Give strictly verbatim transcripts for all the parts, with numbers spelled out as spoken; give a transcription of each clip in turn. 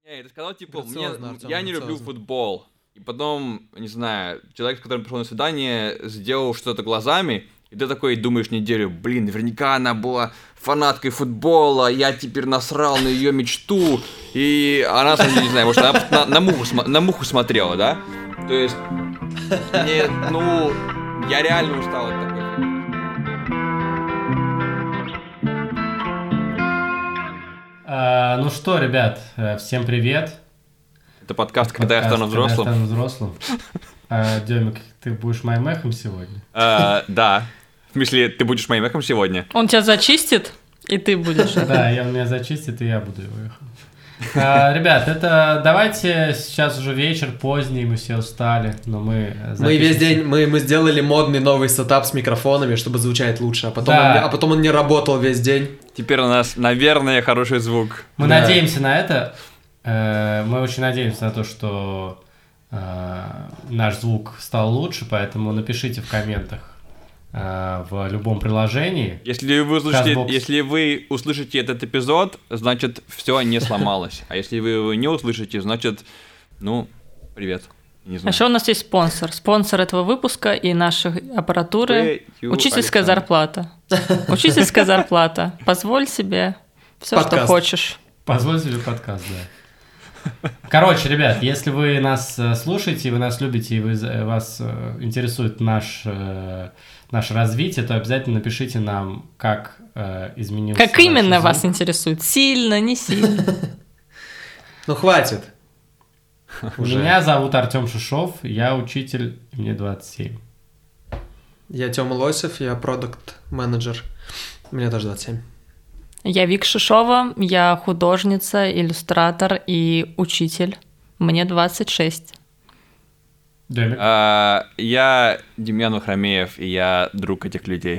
Не, ты сказал, типа, мне, Грациозно, Артём, я не люблю грациозно. футбол. И потом, не знаю, человек, с которым пришел на свидание, сделал что-то глазами, и ты такой думаешь неделю, блин, наверняка она была фанаткой футбола, я теперь насрал на ее мечту, и она, на самом деле, не знаю, может, она на, на, муху, смо- на муху смотрела, да? То есть, мне, ну, я реально устал от такой. А, ну что, ребят, э, всем привет. Это подкаст «Когда я стану взрослым». «Когда я стану взрослым». А, Демик, ты будешь моим эхом сегодня? А, Да. В смысле, ты будешь моим эхом сегодня? Он тебя зачистит, и ты будешь. Да, я меня зачистит, и я буду его эхом. А, ребят, это давайте, сейчас уже вечер поздний, мы все устали, но мы Мы весь запишемся. день, мы, мы сделали модный новый сетап с микрофонами, чтобы звучать лучше, а потом, Да. он, не- а потом он не работал весь день. Теперь у нас, наверное, хороший звук. Мы Да. надеемся на это. Э, Мы очень надеемся на то, что э, наш звук стал лучше, поэтому напишите в комментах э, в любом приложении. Если вы услышите, Castbox. если вы услышите этот эпизод, значит, все не сломалось. А если вы его не услышите, значит, ну, привет. Не А знаю. еще у нас есть спонсор. Спонсор этого выпуска и нашей аппаратуры. Вы, Ю, Учительская Александр. зарплата. Учительская зарплата. Позволь себе все, что Подкаст. хочешь. Позволь себе подкаст, да. Короче, ребят, если вы нас э, слушаете, вы нас любите, и вы, за- вас э, интересует наш, э, наше развитие, то обязательно напишите нам, как э, изменился Как наш именно звук. вас интересует? Сильно, не сильно? Ну хватит. Уже. Меня зовут Артем Шишов, я учитель, и мне двадцать семь. Я Тёма Лосев, я продакт-менеджер. Мне тоже двадцать семь. Я Вик Шишова, я художница, иллюстратор и учитель. Мне двадцать шесть. Демик. А, я Демьян Вахромеев, и я друг этих людей.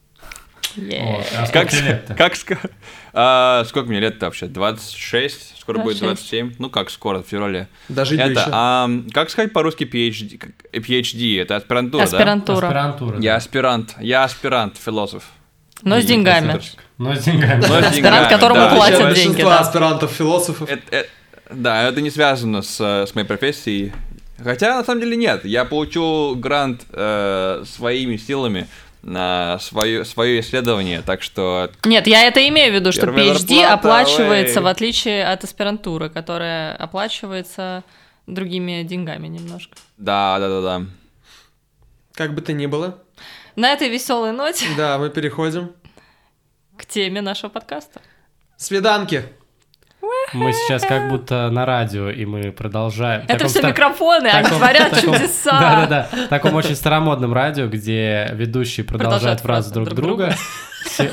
О, а сколько Как, тебе с- лет-то? как ска- а, сколько мне лет-то вообще? двадцать шесть? Скоро будет двадцать двадцать шесть. семь? Ну как скоро, в феврале. Дожить бы Это, еще. а, как сказать по-русски PhD? Как- PhD, это аспирантура, Аспирантура. Аспирантура. да? Я да. аспирант, я аспирант, философ. Но с И деньгами. профессор. Но с деньгами. Но с Аспирант, деньгами, которому да. платят Отличие деньги, большинства да. аспирантов-философов. Это- это- да, это не связано с, э, с моей профессией. Хотя, на самом деле, нет. Я получил грант э, своими силами на свое, свое исследование, так что... Нет, я это имею в виду, что Первая PhD зарплата, оплачивается ой. в отличие от аспирантуры, которая оплачивается другими деньгами немножко. Да, да, да, да. Как бы то ни было. На этой веселой ноте Да, мы переходим. к теме нашего подкаста. Свиданки. Мы сейчас как будто на радио, и мы продолжаем. Это Таком все ста- микрофоны, они таком- творят таком- чудеса. Да-да-да, в таком очень старомодном радио, где ведущие продолжают Продолжают фразы фразы друг друг друга. Все-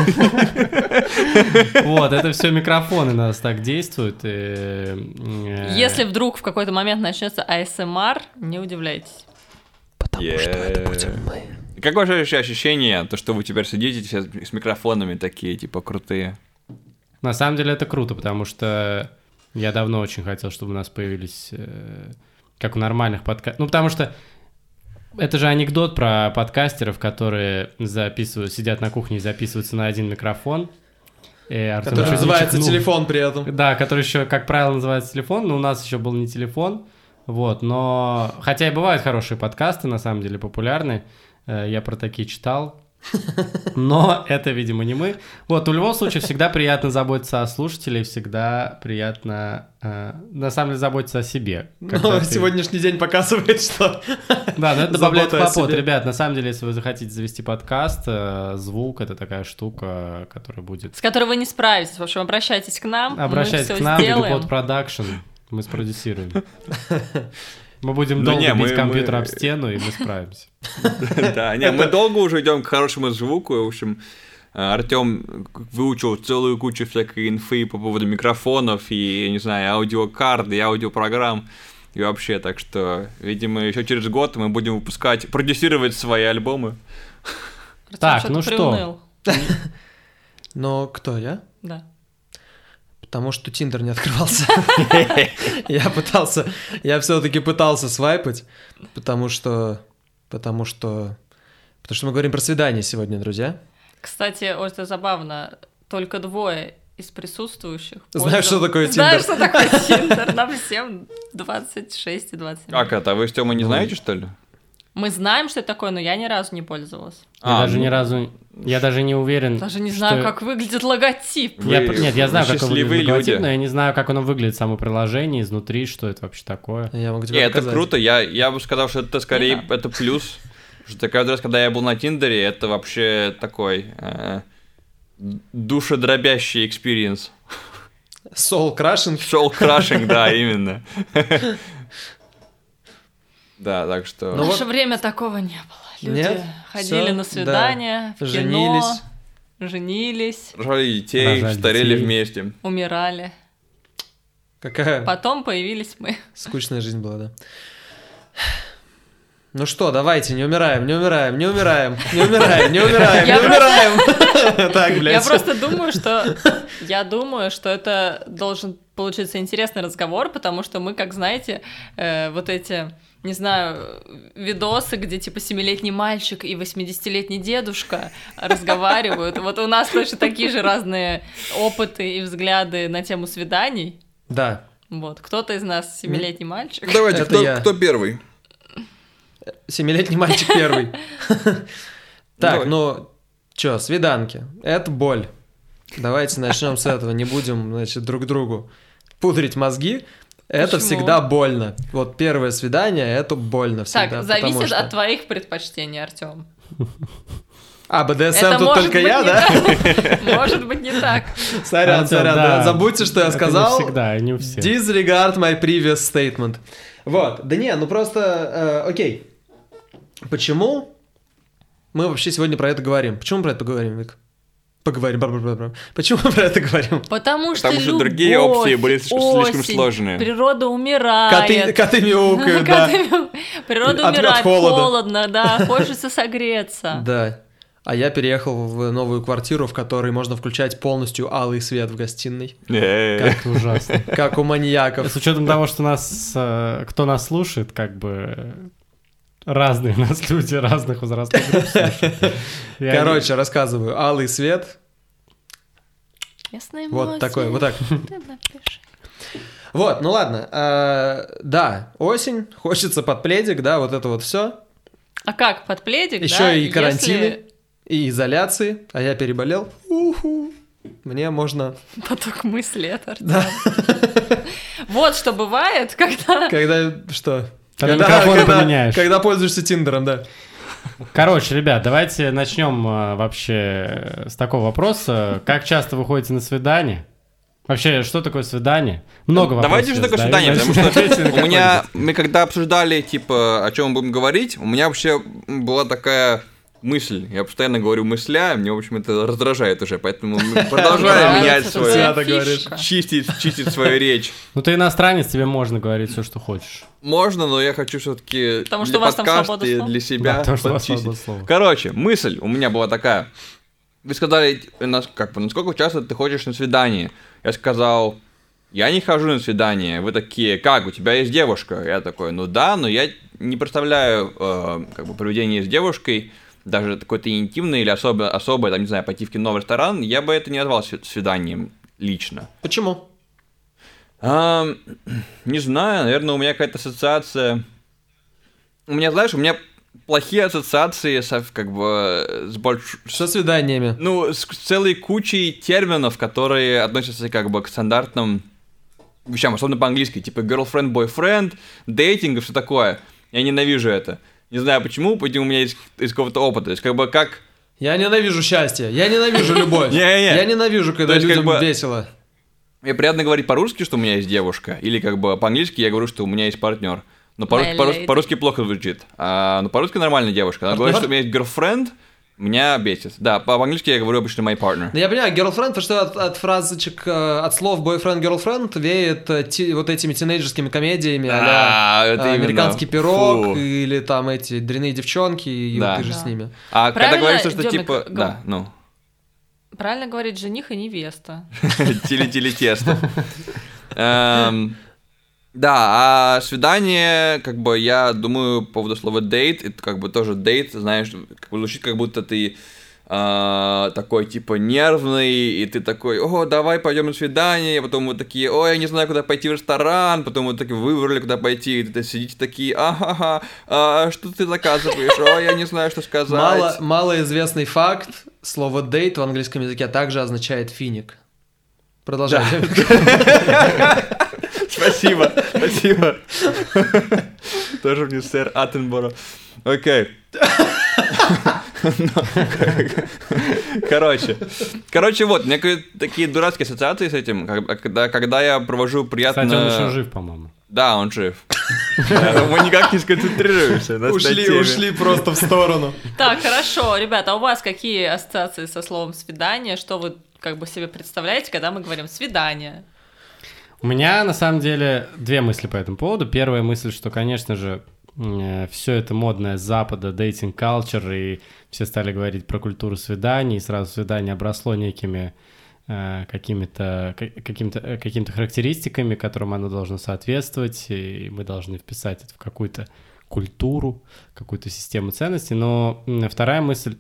Вот, это все микрофоны нас так действуют. и, э, Если вдруг в какой-то момент начнется а эс эм ар, не удивляйтесь. Потому что это будем мы. Как ваше вообще ощущение, то, что вы теперь сидите сейчас с микрофонами такие, типа, крутые? На самом деле это круто, потому что я давно очень хотел, чтобы у нас появились, э, как у нормальных подкастов. Ну, потому что это же анекдот про подкастеров, которые записывают, сидят на кухне и записываются на один микрофон. И Артём Который чуть не называется чихнул. телефон при этом. Да, который еще, как правило, называется телефон, но у нас еще был не телефон. Вот, но... Хотя и бывают хорошие подкасты, на самом деле, популярные. Э, Я про такие читал. Но это, видимо, не мы. Вот, в любом случае, всегда приятно заботиться о слушателе, всегда приятно, э, на самом деле, заботиться о себе. когда Но ты- сегодняшний день показывает, что... Да, но это добавляет забота о хлопот. себе. Ребят, на самом деле, если вы захотите завести подкаст, э, звук — это такая штука, которая будет... С которой вы не справитесь. В общем, обращайтесь к нам. Обращайтесь мы к всё нам, сделаем. Бигупод Продакшн, мы спродюсируем. Мы будем Ну долго не, бить мы- компьютер мы- об стену, и мы справимся. Да, не, мы долго уже идем к хорошему звуку. В общем, Артем выучил целую кучу всякой инфы по поводу микрофонов и, я не знаю, аудиокарт и аудиопрограмм. И вообще, так что, видимо, еще через год мы будем выпускать, продюсировать свои альбомы. Артём Так, что-то ну что? приуныл. Но кто я? Да. Потому что Тиндер не открывался. Я пытался, я все-таки пытался свайпать, потому что, потому что, потому что мы говорим про свидание сегодня, друзья. Кстати, очень забавно. Только двое из присутствующих Знаешь, что такое Тиндер? Знаешь, что такое Тиндер? Нам всем двадцать шесть и двадцать семь. Как это? Вы с Тёмой не знаете, что ли? Мы знаем, что это такое, но я ни разу не пользовалась. Я А, даже ну, ни разу... Я даже не уверен... Даже не что- знаю, как выглядит логотип. Вы Я, нет, я знаю, как он счастливые выглядит логотип, люди. но я не знаю, как оно выглядит, само приложение, изнутри, что это вообще такое. Я могу тебе Не, это показать. круто. Я, я бы сказал, что это скорее Не это плюс. Что каждый раз, когда я был на Тиндере, это вообще такой э, душедробящий экспириенс. Soul Crushing. Soul crushing, да, именно. Да, так что... Ну В наше вот- время такого не было. Люди Нет? ходили Всё, на свидания, в кино, Женились. женились, Рожали детей, Рожали старели детей. вместе. умирали. Какая Потом появились мы. скучная жизнь была, да. Ну что, давайте, не умираем, не умираем, не умираем, не умираем, не умираем, не Я умираем. Так, Я блядь. просто думаю, что я думаю, что это должен получиться интересный разговор, потому что мы, как знаете, э, вот эти, не знаю, видосы, где типа семилетний мальчик и восьмидесятилетний дедушка разговаривают. Вот у нас точно такие же разные опыты и взгляды на тему свиданий. Да. Вот, кто-то из нас семилетний мальчик. Давайте, Это я. кто первый? Семилетний мальчик первый. Так, Давай. ну, чё, свиданки. Это боль. Давайте начнем с этого. Не будем, значит, друг другу пудрить мозги. Это Почему? всегда больно. Вот первое свидание, это больно всегда. Так, зависит потому что- от твоих предпочтений, Артем. А, БДСМ Это тут может только быть я, не да? так. Может быть не так. Сорян, Артём, сорян, да. да. Забудьте, что я Это сказал. Не всегда, не у всех. Disregard my previous statement. Вот. Да не, ну просто, э, окей. Почему мы вообще сегодня про это говорим? Почему мы про это поговорим, Вик? Поговорим. бра-бра-бра-бра. Почему мы про это говорим? Потому что Потому что любовь, другие опции были слишком осень, сложные. Природа Коты, умирает. коты мяукают, да. Коты- Природа От- от умирает, холода. холодно, да, хочется согреться. Да. А я переехал в новую квартиру, в которой можно включать полностью алый свет в гостиной. Э, Как это ужасно. Как у маньяков. С учетом того, что нас, э, кто нас слушает, как бы разные нас люди разных возрастов групп слушают. И они- Короче, рассказываю. Алый свет. Местные Вот эмоции, такой, вот так. ты напиши. Вот, ну ладно. а, Да, осень, хочется под пледик, да, вот это вот все. А как, под пледик, Еще да? и Если- карантины, и изоляции, а я переболел. Уху. Мне можно... Поток мыслей от Артёма. Да. Вот что бывает, когда... Когда что? Когда микрофоны поменяешь. Когда пользуешься Тиндером, да. Короче, ребят, давайте начнем а, вообще с такого вопроса. Как часто вы ходите на свидание? Вообще, что такое свидание? Много вопросов. Давайте же я такое задаю. свидание, потому Ответьте что на у меня, какой-нибудь. мы когда обсуждали, типа, о чем мы будем говорить, у меня вообще была такая мысль. Я постоянно говорю мысля, мне, в общем, это раздражает уже, поэтому мы продолжаем Нравится, менять это свою... твоя Свято говоришь. фишка. Чистить, чистить свою речь. Ну ты иностранец, тебе можно говорить все, что хочешь. Можно, но я хочу все-таки Потому что для у вас там подкаста свобода и слова? для себя Да, потому что у вас подчистить. свобода слова. Короче, мысль у меня была такая. Вы сказали, нас- как бы, насколько часто ты ходишь на свидание? Я сказал, я не хожу на свидание. Вы такие, как, у тебя есть девушка? Я такой, ну да, но я не представляю э, как бы поведение с девушкой, даже какое-то интимное или особое, особое, там, не знаю, пойти в кино, в ресторан, я бы это не назвал сви- свиданием лично. Почему? А, не знаю, наверное, у меня какая-то ассоциация... У меня, знаешь, у меня плохие ассоциации со, как бы, с больш... Что с свиданиями? Ну, с целой кучей терминов, которые относятся, как бы, к стандартным вещам, особенно по-английски, типа girlfriend, boyfriend, дейтинг и все такое. Я ненавижу это. Не знаю почему, поэтому у меня есть из какого-то опыта. То есть, как бы, как... Я ненавижу счастье, я ненавижу любовь. Не-не-не. Я ненавижу, когда То есть, как людям бы- весело. Мне приятно говорить по-русски, что у меня есть девушка, или как бы по-английски я говорю, что у меня есть партнер. Но по-русски, My по-русски, lady. по-русски плохо звучит. А, но по-русски нормальная девушка. Она говорит, Партнер? что у меня есть girlfriend, меня бесит. Да, по- по-английски я говорю обычно my partner. Ну, я понимаю, girlfriend, потому что от, от фразочек, э, от слов boyfriend, girlfriend веет э, ти- вот этими тинейджерскими комедиями, А, а-ля это э, именно. американский пирог, Фу. или там эти дрянные девчонки, и Да. вот ты же Да. с ними. А когда Правильно, говорится, что Дёмик, типа... гов- Да, ну. Правильно говорить жених и невеста. Тили-тили тесто. Эм, Да, а свидание, как бы, я думаю, по поводу слова дейт, это как бы тоже дейт, знаешь, как бы звучит, как будто ты а, такой, типа, нервный, и ты такой, о, давай пойдем на свидание, потом мы такие, ой, я не знаю, куда пойти в ресторан, потом мы такие выбрали, куда пойти, и ты сидите такие, ага, а, что ты заказываешь, ой, я не знаю, что сказать. Мало, малоизвестный факт, слово «дейт» в английском языке также означает «финик». Продолжайте. Спасибо, спасибо. Тоже мне сэр Аттенборо. Окей. Короче. Короче, вот, у меня такие дурацкие ассоциации с этим, когда, когда я провожу приятно... Кстати, он еще жив, по-моему. Да, он жив. Мы никак не сконцентрируемся на Ушли, теме. ушли просто в сторону. Так, хорошо, ребята, а у вас какие ассоциации со словом «свидание»? Что вы как бы себе представляете, когда мы говорим «свидание»? У меня, на самом деле, две мысли по этому поводу. Первая мысль, что, конечно же, все это модное с Запада, dating culture, и все стали говорить про культуру свиданий, и сразу свидание обросло некими э, какими-то, каким-то, какими-то характеристиками, которым оно должно соответствовать, и мы должны вписать это в какую-то культуру, какую-то систему ценностей. Но вторая мысль,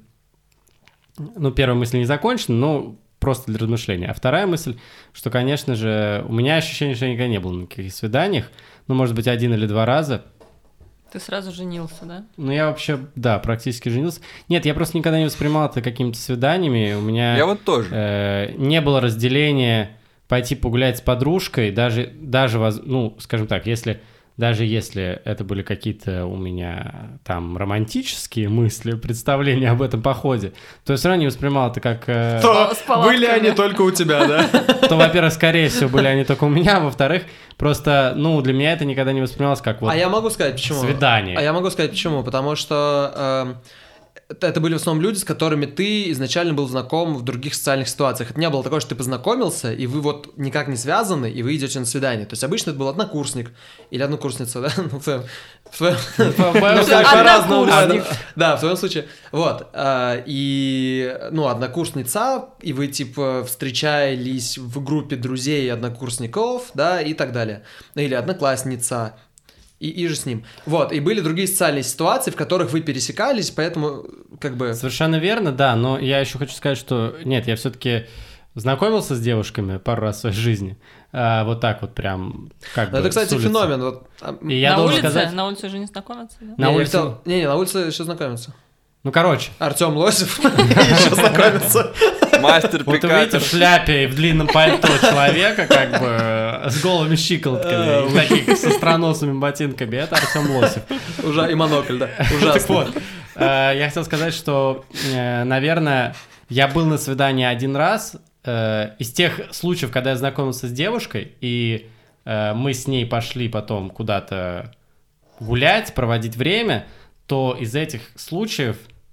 ну, первая мысль не закончена, но просто для размышления. А вторая мысль, что, конечно же, у меня ощущение, что я никогда не был на никаких свиданиях, ну, может быть, один или два раза. Ты сразу женился, да? Ну, я вообще, да, практически женился. Нет, я просто никогда не воспринимал это какими-то свиданиями. У меня я вот тоже. Э, не было разделения пойти погулять с подружкой, даже, даже, ну, скажем так, если... Даже если это были какие-то у меня там романтические мысли, представления об этом походе, то я все равно не воспринимал это как... Э, то были они только у тебя, да? То, во-первых, скорее всего, были они только у меня, а во-вторых, просто, ну, для меня это никогда не воспринималось как вот... А я могу сказать, почему? Свидание. А я могу сказать, почему? Потому что... Э, это были в основном люди, с которыми ты изначально был знаком в других социальных ситуациях. Это не было такого, что ты познакомился, и вы вот никак не связаны, и вы идете на свидание. То есть обычно это был однокурсник или однокурсница, да? Ну, в твоем... В твоем случае по-разному. Да, в твоем случае. Вот. И, ну, однокурсница, и вы, типа, встречались в группе друзей однокурсников, да, и так далее. Или одноклассница. И, и же с ним. Вот, и были другие социальные ситуации, в которых вы пересекались, поэтому как бы... Совершенно верно, да, но я еще хочу сказать, что нет, я все-таки знакомился с девушками пару раз в своей жизни, а, вот так вот прям как но бы это, кстати, с улицы. феномен. Вот. И я на должен улице? сказать... На улице уже не знакомятся, да? На не, улице... Хотел... Не, не, на улице еще знакомятся. Ну, короче. Артем Лосев еще знакомится. Мастер вот вы видите в шляпе и в длинном пальто человека, как бы с голыми щиколотками и таких с остроносыми ботинками. Это Артем Лосев. Уже и монокль, да. Ужасно. Так вот, я хотел сказать, что, наверное, я был на свидании один раз. Из тех случаев, когда я знакомился с девушкой, и мы с ней пошли потом куда-то гулять, проводить время, то из этих случаев...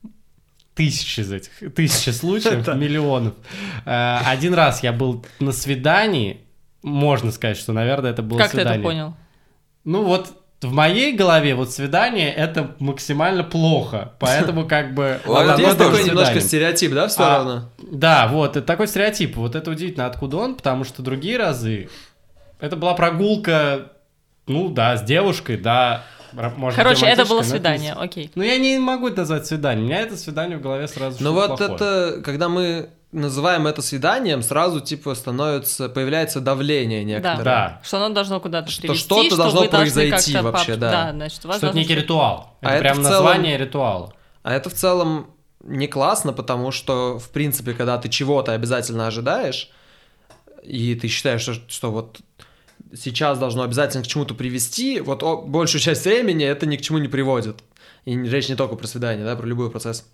Тысячи из этих, тысячи случаев, миллионов. Один раз я был на свидании, можно сказать, что, наверное, это было как свидание. Как ты это понял? Ну вот в моей голове вот свидание — это максимально плохо, поэтому как бы... Вот есть такой немножко стереотип, да, в сторону? Да, вот, это такой стереотип, вот это удивительно, откуда он, потому что другие разы это была прогулка, ну да, с девушкой, да... Может, короче, это было свидание, это... окей. Ну, я не могу это назвать свиданием. У меня это свидание в голове сразу. Ну, вот плохое. Это, когда мы называем это свиданием, сразу, типа, становится, появляется давление некоторое. Да, да. Что оно должно куда-то что привести, что-то что должно вы произойти должны вообще, поп... да. да значит, что это некий что... ритуал. Это а прям это целом... название ритуала. А это в целом не классно, потому что, в принципе, когда ты чего-то обязательно ожидаешь, и ты считаешь, что, что вот... сейчас должно обязательно к чему-то привести, вот о, большую часть времени это ни к чему не приводит. И речь не только про свидание, да, про любой процесс.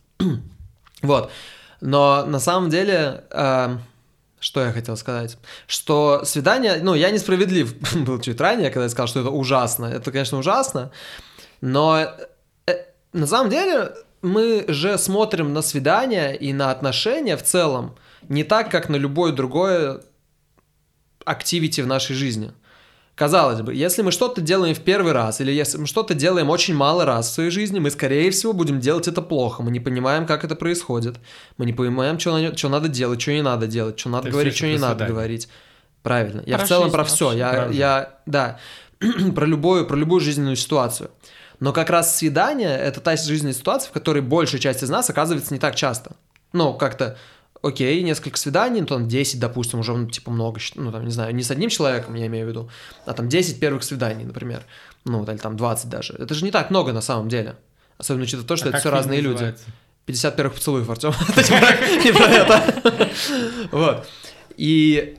Вот. Но на самом деле, э, что я хотел сказать? Что свидание, ну, я несправедлив был чуть ранее, когда я сказал, что это ужасно. Это, конечно, ужасно, но э, на самом деле мы же смотрим на свидания и на отношения в целом не так, как на любое другое активити в нашей жизни. Казалось бы, если мы что-то делаем в первый раз, или если мы что-то делаем очень мало раз в своей жизни, мы, скорее всего, будем делать это плохо. Мы не понимаем, как это происходит. Мы не понимаем, что, что надо делать, что не надо делать, что надо это говорить, что не надо свидание. говорить. Правильно. Я про в целом жизнь про все. вообще. Я, я, да, про любую, про любую жизненную ситуацию. Но как раз свидание — это та жизненная ситуация, в которой большая часть из нас оказывается не так часто. Ну, как-то, окей, несколько свиданий, ну, там десять, допустим, уже, ну, типа, много, ну, там, не знаю, не с одним человеком, я имею в виду, а там десять первых свиданий, например, ну, или там двадцать даже. Это же не так много на самом деле. Особенно учитывая то, что А это как все фильм разные люди. называется? пятьдесят первых поцелуев, Артём. Это не про это. Вот. И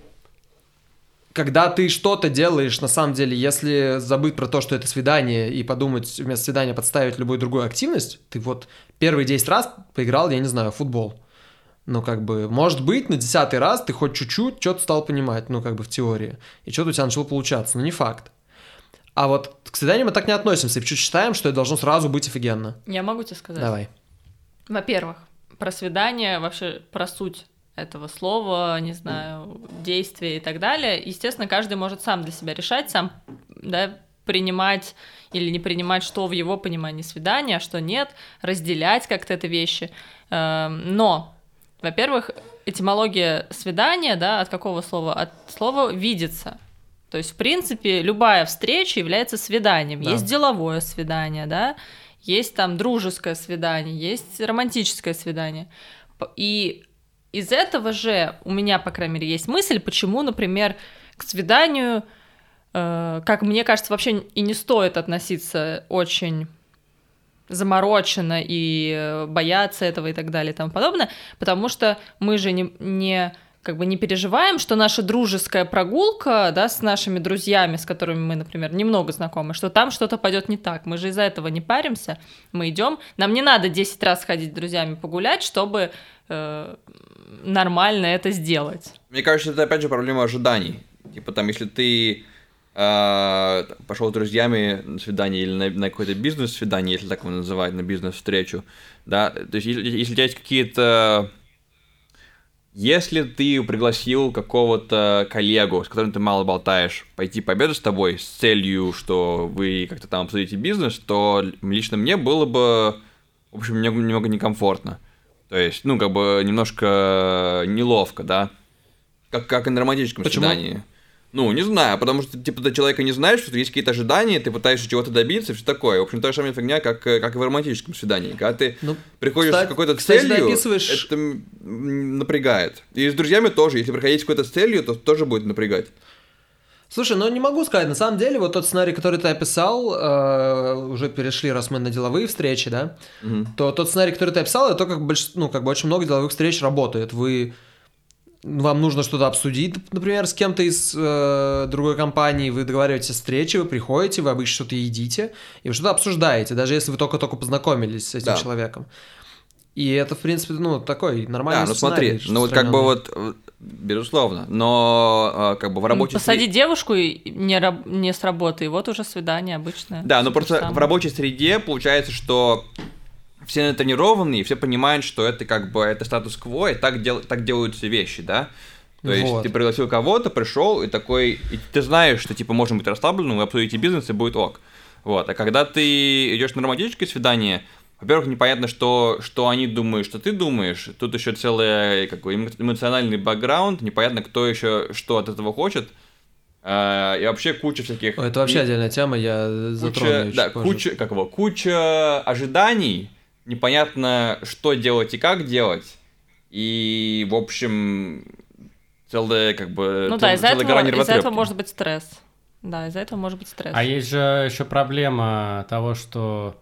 когда ты что-то делаешь, на самом деле, если забыть про то, что это свидание, и подумать вместо свидания подставить любую другую активность, ты вот первые десять раз поиграл, я не знаю, в футбол. Ну, как бы, может быть, на десятый раз ты хоть чуть-чуть что-то стал понимать, ну, как бы в теории, и что-то у тебя начало получаться, но не факт. А вот к свиданию мы так не относимся, и чуть считаем, что это должно сразу быть офигенно. Я могу тебе сказать. Давай. Во-первых, про свидание, вообще про суть этого слова, не знаю, действия и так далее. Естественно, каждый может сам для себя решать, сам, да, принимать или не принимать, что в его понимании свидания, а что нет, разделять как-то это вещи. Но, во-первых, этимология свидания, да, от какого слова? От слова «видеться». То есть, в принципе, любая встреча является свиданием. Да. Есть деловое свидание, да, есть там дружеское свидание, есть романтическое свидание. И из этого же у меня, по крайней мере, есть мысль, почему, например, к свиданию, э, как мне кажется, вообще и не стоит относиться очень замороченно и бояться этого и так далее и тому подобное, потому что мы же не... не как бы не переживаем, что наша дружеская прогулка, да, с нашими друзьями, с которыми мы, например, немного знакомы, что там что-то пойдет не так. Мы же из-за этого не паримся, мы идем. Нам не надо десять раз ходить с друзьями погулять, чтобы э, нормально это сделать. Мне кажется, это опять же проблема ожиданий. Типа там, если ты э, пошел с друзьями на свидание или на, на какое-то бизнес-свидание, если так его называют, на бизнес-встречу, да, то есть если, если у тебя есть какие-то... Если ты пригласил какого-то коллегу, с которым ты мало болтаешь, пойти пообедать с тобой с целью, что вы как-то там обсудите бизнес, то лично мне было бы, в общем, немного некомфортно. То есть, ну, как бы немножко неловко, да? Как, как и на романтическом Почему? свидании. Ну, не знаю, потому что, типа, ты человека не знаешь, что есть какие-то ожидания, ты пытаешься чего-то добиться, и все такое. В общем, та же самая фигня, как, как и в романтическом свидании. Когда ты ну, приходишь кстати, с какой-то кстати, целью, описываешь... это напрягает. И с друзьями тоже. Если приходить с какой-то целью, то тоже будет напрягать. Слушай, ну не могу сказать, на самом деле, вот тот сценарий, который ты описал, э, уже перешли, раз мы на деловые встречи, да, Угу. то тот сценарий, который ты описал, это то, как, больш... ну, как бы очень много деловых встреч работает. Вы... Вам нужно что-то обсудить, например, с кем-то из э, другой компании, вы договариваетесь о встрече, вы приходите, вы обычно что-то едите, и вы что-то обсуждаете, даже если вы только-только познакомились с этим Да. человеком. И это, в принципе, ну, такой нормальный Да, ну сценарий. смотри, ну вот как бы вот, безусловно, но как бы в рабочей Посадить девушку и не, раб... не с работы, и вот уже свидание обычное. Да, но Всё просто то же самое. в рабочей среде получается, что все натренированные, все понимают, что это как бы это статус-кво, и так, дел... так делаются вещи, да? То есть Вот. ты пригласил кого-то, пришел и такой, и ты знаешь, что типа можно быть расслабленным, вы обсудите бизнес, и будет ок. Вот. А когда ты идешь на романтическое свидание, во-первых, непонятно, что, что они думают, что ты думаешь. Тут еще целый какой эмоциональный бэкграунд, непонятно, кто еще что от этого хочет. А, и вообще куча всяких... Ой, это вообще и- отдельная тема, я затрону Куча, чуть да, позже. куча, как его, куча ожиданий, непонятно, что делать и как делать. И, в общем, целая, как бы, Ну цел- да, из-за целая этого, гора из-за нервотрепки. этого может быть стресс. Да, из-за этого может быть стресс. А есть же еще проблема того, что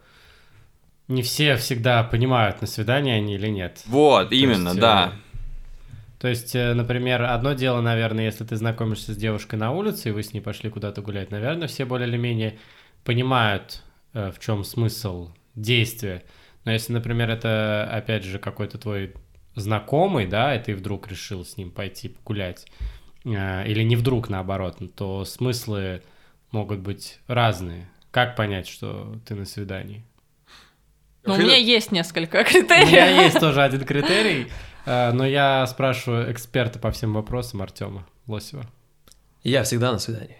не все всегда понимают, на свидание они или нет. Вот, именно, есть, да. То есть, э, например, одно дело, наверное, если ты знакомишься с девушкой на улице, и вы с ней пошли куда-то гулять, наверное, все более или менее понимают, э, в чем смысл действия. Но если, например, это, опять же, какой-то твой знакомый, да, и ты вдруг решил с ним пойти погулять, э, или не вдруг, наоборот, то смыслы могут быть разные. Как понять, что ты на свидании? Но у Вообще, меня да. есть несколько У меня критериев. есть тоже один критерий, э, но я спрашиваю эксперта по всем вопросам Артема Лосева. Я всегда на свидании.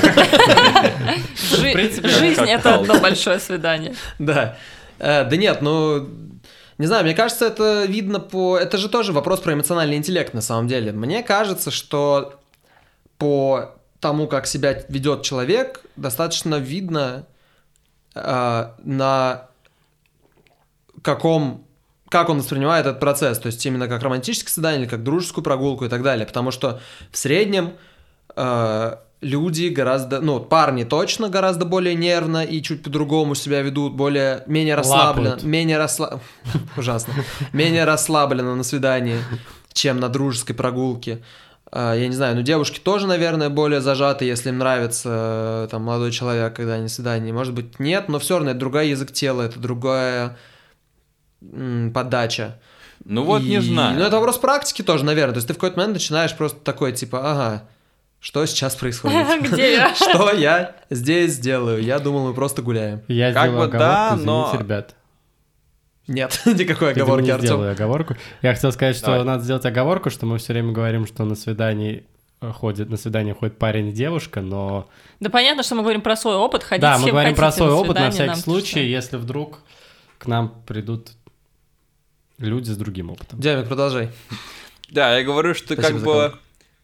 Жи- В принципе, Жизнь как — это Халк. одно большое свидание. Да. Э, Да нет, ну... Не знаю, мне кажется, это видно по... Это же тоже вопрос про эмоциональный интеллект, на самом деле. Мне кажется, что по тому, как себя ведет человек, достаточно видно, э, на каком как он воспринимает этот процесс, то есть именно как романтическое свидание или как дружескую прогулку и так далее, потому что в среднем э, люди гораздо, ну, парни точно гораздо более нервно и чуть по-другому себя ведут, более, менее расслабленно, Лапают. менее расслабленно, ужасно, менее расслабленно на свидании, чем на дружеской прогулке. Я не знаю, ну девушки тоже, наверное, более зажаты, если им нравится там молодой человек, когда они на свидании. Может быть, нет, но все равно это другой язык тела, это другая м, подача. Ну вот, И- не знаю. Ну это вопрос практики тоже, наверное. То есть ты в какой-то момент начинаешь просто такой, типа, ага, что сейчас происходит? Где я? Что я здесь сделаю? Я думал, мы просто гуляем. Я Как сделаю бы да, оговорку, но- извините, ребят. Нет, никакой Видимо, оговорки, не Артем. сделаю оговорку. Я хотел сказать, что Давай. надо сделать оговорку, что мы все время говорим, что на свидании э, ходит, на свидание ходит парень и девушка, но... Да понятно, что мы говорим про свой опыт, ходить Да, с мы кем говорим про хотите свой на опыт на свидание, всякий нам случай, что. если вдруг к нам придут люди с другим опытом. Дямик, продолжай. Да, я говорю, что Спасибо как за бы... оговорку.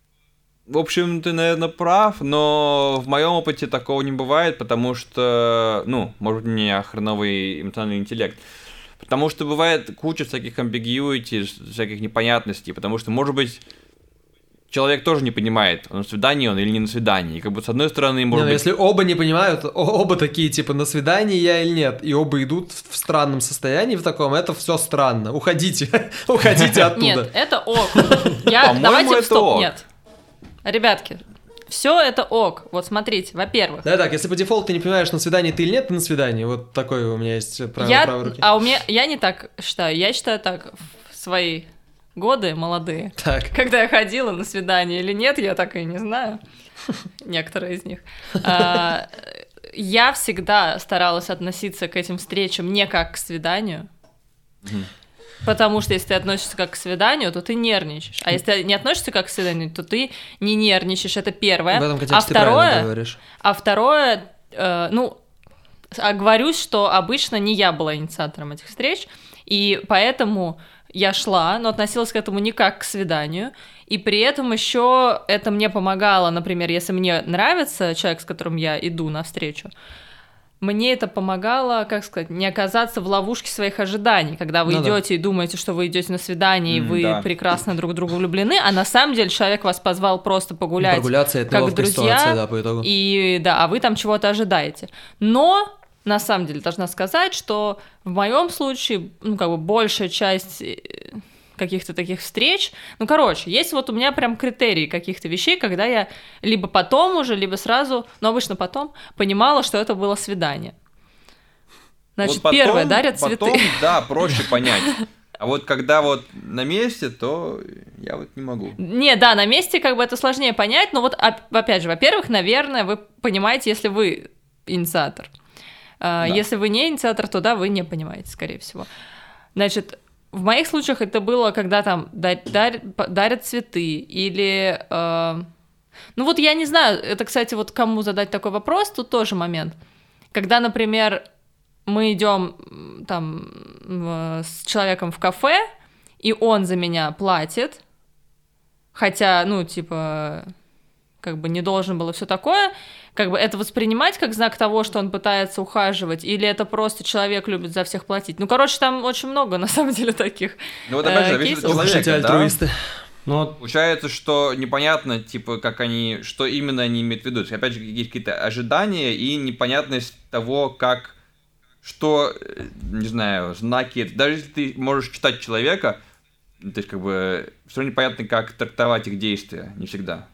В общем, ты, наверное, прав, но в моем опыте такого не бывает, потому что, ну, может быть, у меня хреновый эмоциональный интеллект. Потому что бывает куча всяких ambiguity, всяких непонятностей, потому что, может быть, человек тоже не понимает, он на свидании он или не на свидании. И как бы с одной стороны, Не, может ну, быть... если оба не понимают, о- оба такие, типа, на свидании я или нет, и оба идут в в странном состоянии в таком, это все странно. Уходите, уходите оттуда. Нет, это ок. Я, По-моему, давайте это стоп, ок. нет. Ребятки, все это ок. Вот смотрите, во-первых, Да, так, если по дефолту ты не понимаешь, на свидании ты или нет, ты на свидании. Вот такой у меня есть правило я, правой руки. а у меня, я не так считаю. Я считаю так, в свои годы молодые, Так, когда я ходила на свидание или нет, я так и не знаю. Некоторые из них. А, Я всегда старалась относиться к этим встречам не как к свиданию. Мгм. Потому что если ты относишься как к свиданию, то ты нервничаешь. А если ты не относишься как к свиданию, то ты не нервничаешь. Это первое. в этом а контексте ты правильно второе, говоришь. а второе, э, ну, оговорюсь, что обычно не я была инициатором этих встреч, и поэтому я шла, но относилась к этому не как к свиданию, и при этом еще это мне помогало, например, если мне нравится человек, с которым я иду навстречу, мне это помогало, как сказать, не оказаться в ловушке своих ожиданий, когда вы Ну да. идете и думаете, что вы идете на свидание, и М, вы да. прекрасно друг в друга влюблены, а на самом деле человек вас позвал просто погулять. Прогуляться — это как неловкая друзья, ситуация, да, по итогу. И да, а вы там чего-то ожидаете. Но на самом деле должна сказать, что в моем случае, ну, как бы большая часть э, каких-то таких встреч, ну, короче, есть вот у меня прям критерии каких-то вещей, когда я либо потом уже, либо сразу, но обычно потом, понимала, что это было свидание. Значит, Вот потом- первое, дарят цветы. Потом, да, проще понять. А вот когда вот на месте, то я вот не могу. Не, да, на месте как бы это сложнее понять, но вот оп- опять же, во-первых, наверное, вы понимаете, если вы инициатор. А, Да. Если вы не инициатор, то да, вы не понимаете, скорее всего. Значит, в моих случаях это было, когда там дар- дар- п- дарят цветы или... э, Ну вот я не знаю, это, кстати, вот кому задать такой вопрос, тут тоже момент. Когда, например, мы идем м, там м, с человеком в кафе, и он за меня платит, хотя, ну, типа, как бы не должен было все такое, как бы это воспринимать как знак того, что он пытается ухаживать, или это просто человек любит за всех платить. Ну, короче, там очень много, на самом деле, таких. Ну вот опять же, Э, зависит от кейсов. Ох уж эти человека, да? альтруисты. Ну, вот Получается, что непонятно, типа, как они, что именно они имеют в виду. То есть, опять же, есть какие-то ожидания и непонятность того, как, что, э, не знаю, знаки. Даже если ты можешь читать человека, то есть, как бы, все равно непонятно, как трактовать их действия, не всегда.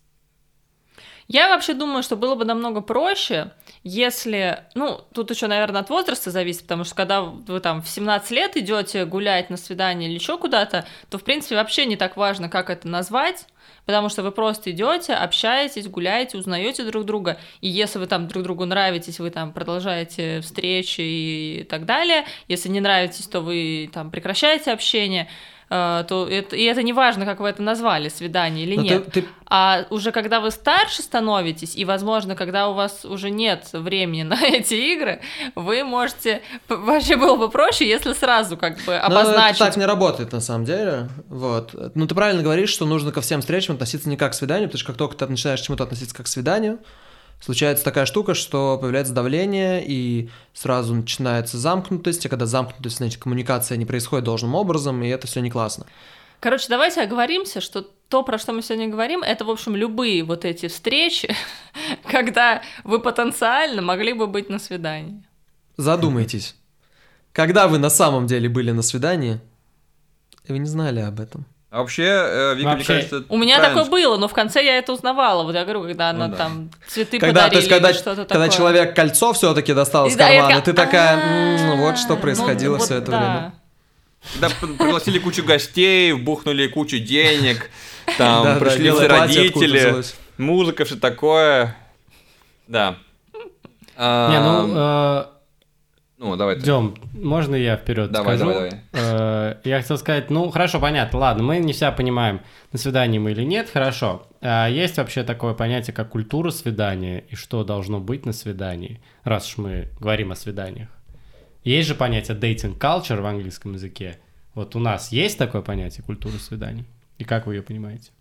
Я вообще думаю, что было бы намного проще, если, ну, тут еще, наверное, от возраста зависит, потому что когда вы там в семнадцать лет идете гулять на свидание или еще куда-то, то, в принципе, вообще не так важно, как это назвать, потому что вы просто идете, общаетесь, гуляете, узнаете друг друга, и если вы там друг другу нравитесь, вы там продолжаете встречи и так далее, если не нравитесь, то вы там прекращаете общение, э, то это, и это не важно, как вы это назвали, свидание или Но нет. ты- ты- А уже когда вы старше становитесь, и, возможно, когда у вас уже нет времени на эти игры, вы можете... п- Вообще было бы проще, если сразу как бы Но это обозначить... так не работает, на самом деле. Вот. Ну, ты правильно говоришь, что нужно ко всем встречам относиться не как к свиданию, потому что как только ты начинаешь к чему-то относиться как к свиданию, случается такая штука, что появляется давление, и сразу начинается замкнутость, а когда замкнутость, значит, коммуникация не происходит должным образом, и это все не классно. Короче, давайте оговоримся, что то, про что мы сегодня говорим, это, в общем, любые вот эти встречи, когда вы потенциально могли бы быть на свидании. Задумайтесь. Когда вы на самом деле были на свидании, и вы не знали об этом. А вообще, э, Вика, Вообще, мне кажется... У меня правильно, такое было, но в конце я это узнавала. Вот я говорю, когда она Ну да. там цветы Когда, то подарили есть, когда, или что-то когда такое. человек кольцо все-таки достал из И да, я кармана, такая, ты такая, «А-а-а». «М, вот что Ну, происходило вот все это да. время. Когда п- пригласили кучу гостей, вбухнули кучу денег, там Да, да, пришли белое все платье откуда родители, взялось. музыка, все такое. Да. А, Не, ну, э, ну, давай ты. Дем, можно я вперед Давай, скажу? давай, давай. Э, Я хотел сказать, ну, хорошо, понятно, ладно, мы не вся понимаем, на свидании мы или нет, хорошо. А есть вообще такое понятие, как культура свидания, и что должно быть на свидании, раз уж мы говорим о свиданиях. Есть же понятие dating culture в английском языке. Вот у нас есть такое понятие культуры свиданий? И как вы ее понимаете?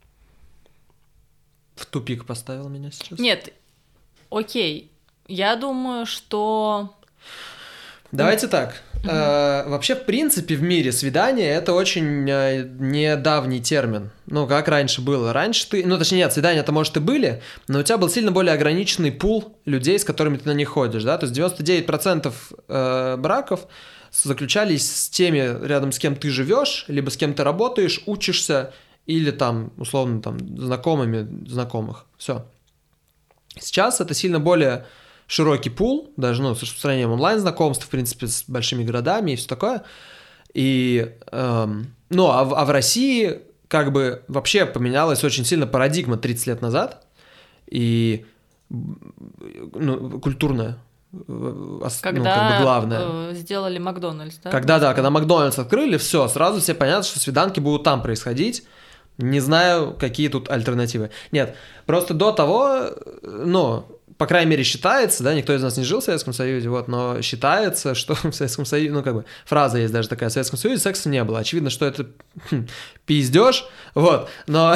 В тупик поставил меня сейчас. Нет, окей. Я думаю, что... Давайте так. Э, Вообще, в принципе, в мире свидание — это очень э, недавний термин. Ну, как раньше было. Раньше ты... Ну, точнее, нет, свидания-то, может, и были, но у тебя был сильно более ограниченный пул людей, с которыми ты на них ходишь, да? То есть девяносто девять процентов э, браков заключались с теми, рядом с кем ты живешь, либо с кем ты работаешь, учишься, или там, условно, там, знакомыми знакомых. Все. Сейчас это сильно более широкий пул, даже, ну, с распространением онлайн-знакомств, в принципе, с большими городами и все такое. И, эм, ну, а в, а в России как бы вообще поменялась очень сильно парадигма тридцать лет назад, и, ну, культурная, ос- Когда ну, как бы главная. э, сделали Макдональдс, да? Когда, да, когда Макдональдс открыли, все, сразу все понятно, что свиданки будут там происходить. Не знаю, какие тут альтернативы. Нет, просто до того, ну, по крайней мере, считается, да, никто из нас не жил в Советском Союзе, вот, но считается, что в Советском Союзе, ну, как бы, фраза есть даже такая, в Советском Союзе секса не было. Очевидно, что это хм, пиздеж, вот, но...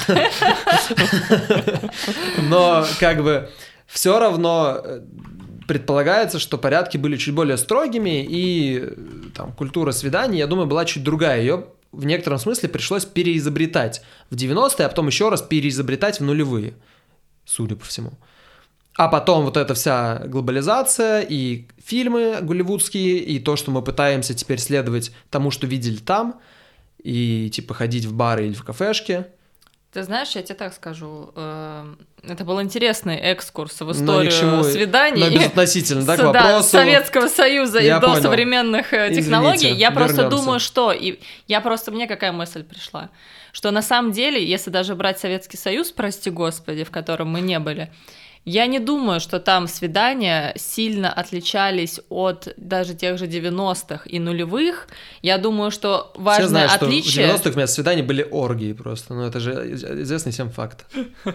Но, как бы, все равно предполагается, что порядки были чуть более строгими, и там культура свиданий, я думаю, была чуть другая. Ее в некотором смысле пришлось переизобретать в девяностые, а потом еще раз переизобретать в нулевые, судя по всему. А потом вот эта вся глобализация и фильмы голливудские, и то, что мы пытаемся теперь следовать тому, что видели там, и типа ходить в бары или в кафешки. Ты знаешь, я тебе так скажу, э, это был интересный экскурс в Но ни к историю чему, свиданий. но безотносительно, да, к С- да, вопросу. Советского Союза и Я до понял. современных э, технологий. Извините, Я просто вернемся. думаю, что... И я просто... Мне какая мысль пришла? Что на самом деле, если даже брать Советский Союз, прости господи, в котором мы не были, я не думаю, что там свидания сильно отличались от даже тех же девяностых и нулевых. Я думаю, что важное Все знают, отличие... что в девяностых вместо свиданий были оргии просто. Ну, это же известный всем факт.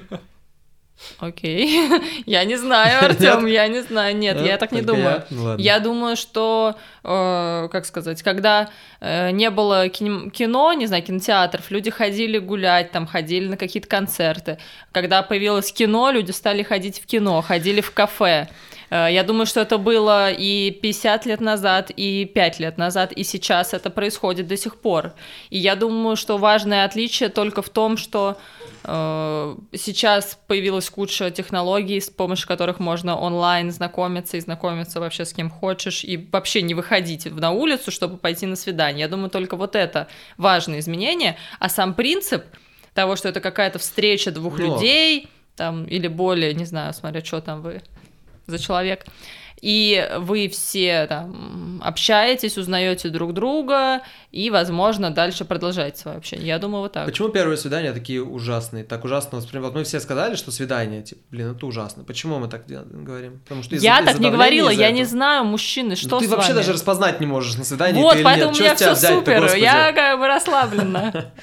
Окей. Я не знаю, Артем, я не знаю. Нет, я так не Только думаю. я? Ну, ладно. Я думаю, что, э, как сказать, когда э, не было кино, кино, не знаю, кинотеатров, люди ходили гулять, там, ходили на какие-то концерты. Когда появилось кино, люди стали ходить в кино, ходили в кафе. Э, Я думаю, что это было и пятьдесят лет назад, и пять лет назад, и сейчас это происходит до сих пор. И я думаю, что важное отличие только в том, что э, сейчас появилась куча технологий, с помощью которых можно онлайн знакомиться и знакомиться вообще с кем хочешь, и вообще не выходить на улицу, чтобы пойти на свидание. Я думаю, только вот это важное изменение, а сам принцип того, что это какая-то встреча двух Но. людей, там, или более, не знаю, смотря, что там вы за человек, и вы все там общаетесь, узнаете друг друга, и, возможно, дальше продолжаете свое общение. Я думаю, вот так. Почему первые свидания такие ужасные? Так ужасно воспринимают. Мы все сказали, что свидание, типа, блин, это ужасно. Почему мы так дел- говорим? Потому что из-за- Я из-за так не давления, говорила, из-за я этого. не знаю, мужчины, что Ну, ты с вообще вами? даже распознать не можешь на свидании. Вот, ты или поэтому нет. у меня Чё с тебя все взять-то, супер, господи? я как бы расслаблена.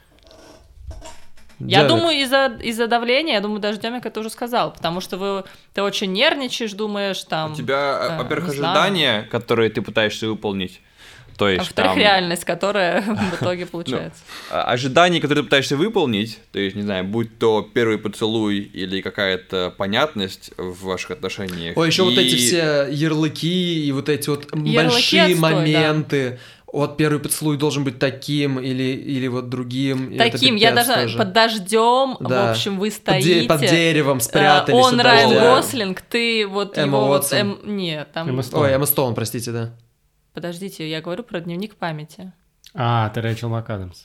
Я Дядя, думаю, из-за из-за давления, я думаю, даже Демик это уже сказал, потому что вы, ты очень нервничаешь, думаешь, там... У тебя, э, во-первых, не знаю. ожидания, которые ты пытаешься выполнить, То А есть во-вторых, там реальность, которая в итоге получается. а, ожидания, которые ты пытаешься выполнить, то есть, не знаю, будь то первый поцелуй или какая-то понятность в ваших отношениях. Ой, еще вот и- эти все ярлыки и вот эти вот Ярлыки большие отстой, да. моменты. Вот первый поцелуй должен быть таким или, или вот другим. и это Таким, я пипец даже тоже. под дождем, Да. в общем, вы Под, де- стоите. под деревом э, спрятались. Он от Райан дождя. Гослинг, ты вот Эмма его вот... Уотсон. эм, Нет, там... Эмма Стоун. Ой, Эмма Стоун, простите, да. Подождите, я говорю про дневник памяти. А, ты Рэйчел МакАдамс.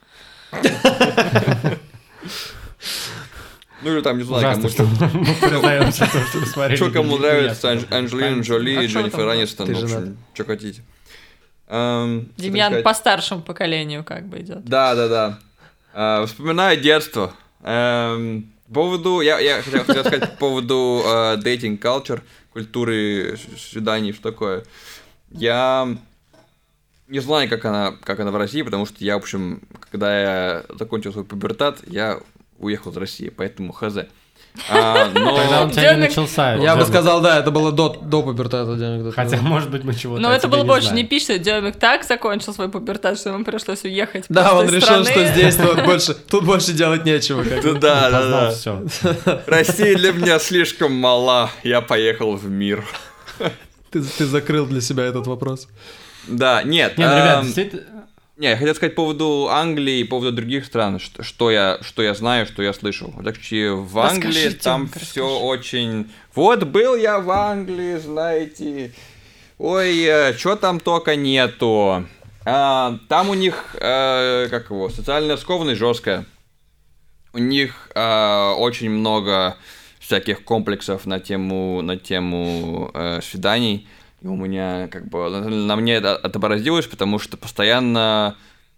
Ну или там, не знаю, Ужасно, кому что мы признаемся в том, что мы смотрели. что кому «Дневник нравится, Ясного». Анж- Анджелина Джоли, А и что Дженнифер там? Анистон, Ты в женат. общем, что хотите. Эм, что Демьян сказать? по старшему поколению как бы идет. Да, да, да. А, вспоминаю детство. Эм, по поводу, я, я хотел, хотел сказать по поводу дейтинг culture, культуры с- свиданий, что такое. Я не знаю, как она, как она в России, потому что я, в общем, когда я закончил свой пубертат, я уехал из России, поэтому хз. А, но... Тогда он у тебя не Демик- начался. Я бы Демик. сказал, да, это было до, до пубертата. Демик, да. Хотя, может быть, мы чего-то Но о это тебе было не больше знаем. не пишет, Демик так закончил свой пубертат, что ему пришлось уехать. Да, просто он из решил, страны. что здесь вот больше, тут больше делать нечего. как бы. Ну да, да, Познал да. всё. Россия для меня слишком мала, я поехал в мир. Ты, ты закрыл для себя этот вопрос. Да, нет. Не, ну, ребят, эм, действительно... Не, я хотел сказать по поводу Англии и по поводу других стран, что, что я, что я знаю, что я слышал. Вот так что в Англии Расскажи, там Тёмка, все расскажи. очень... Вот был я в Англии, знаете. Ой, что там только нету. А, там у них, э, как его, социальная скованность жесткая. У них э, очень много всяких комплексов на тему, на тему э, свиданий. И у меня, как бы, на, на мне это отобразилось, потому что постоянно,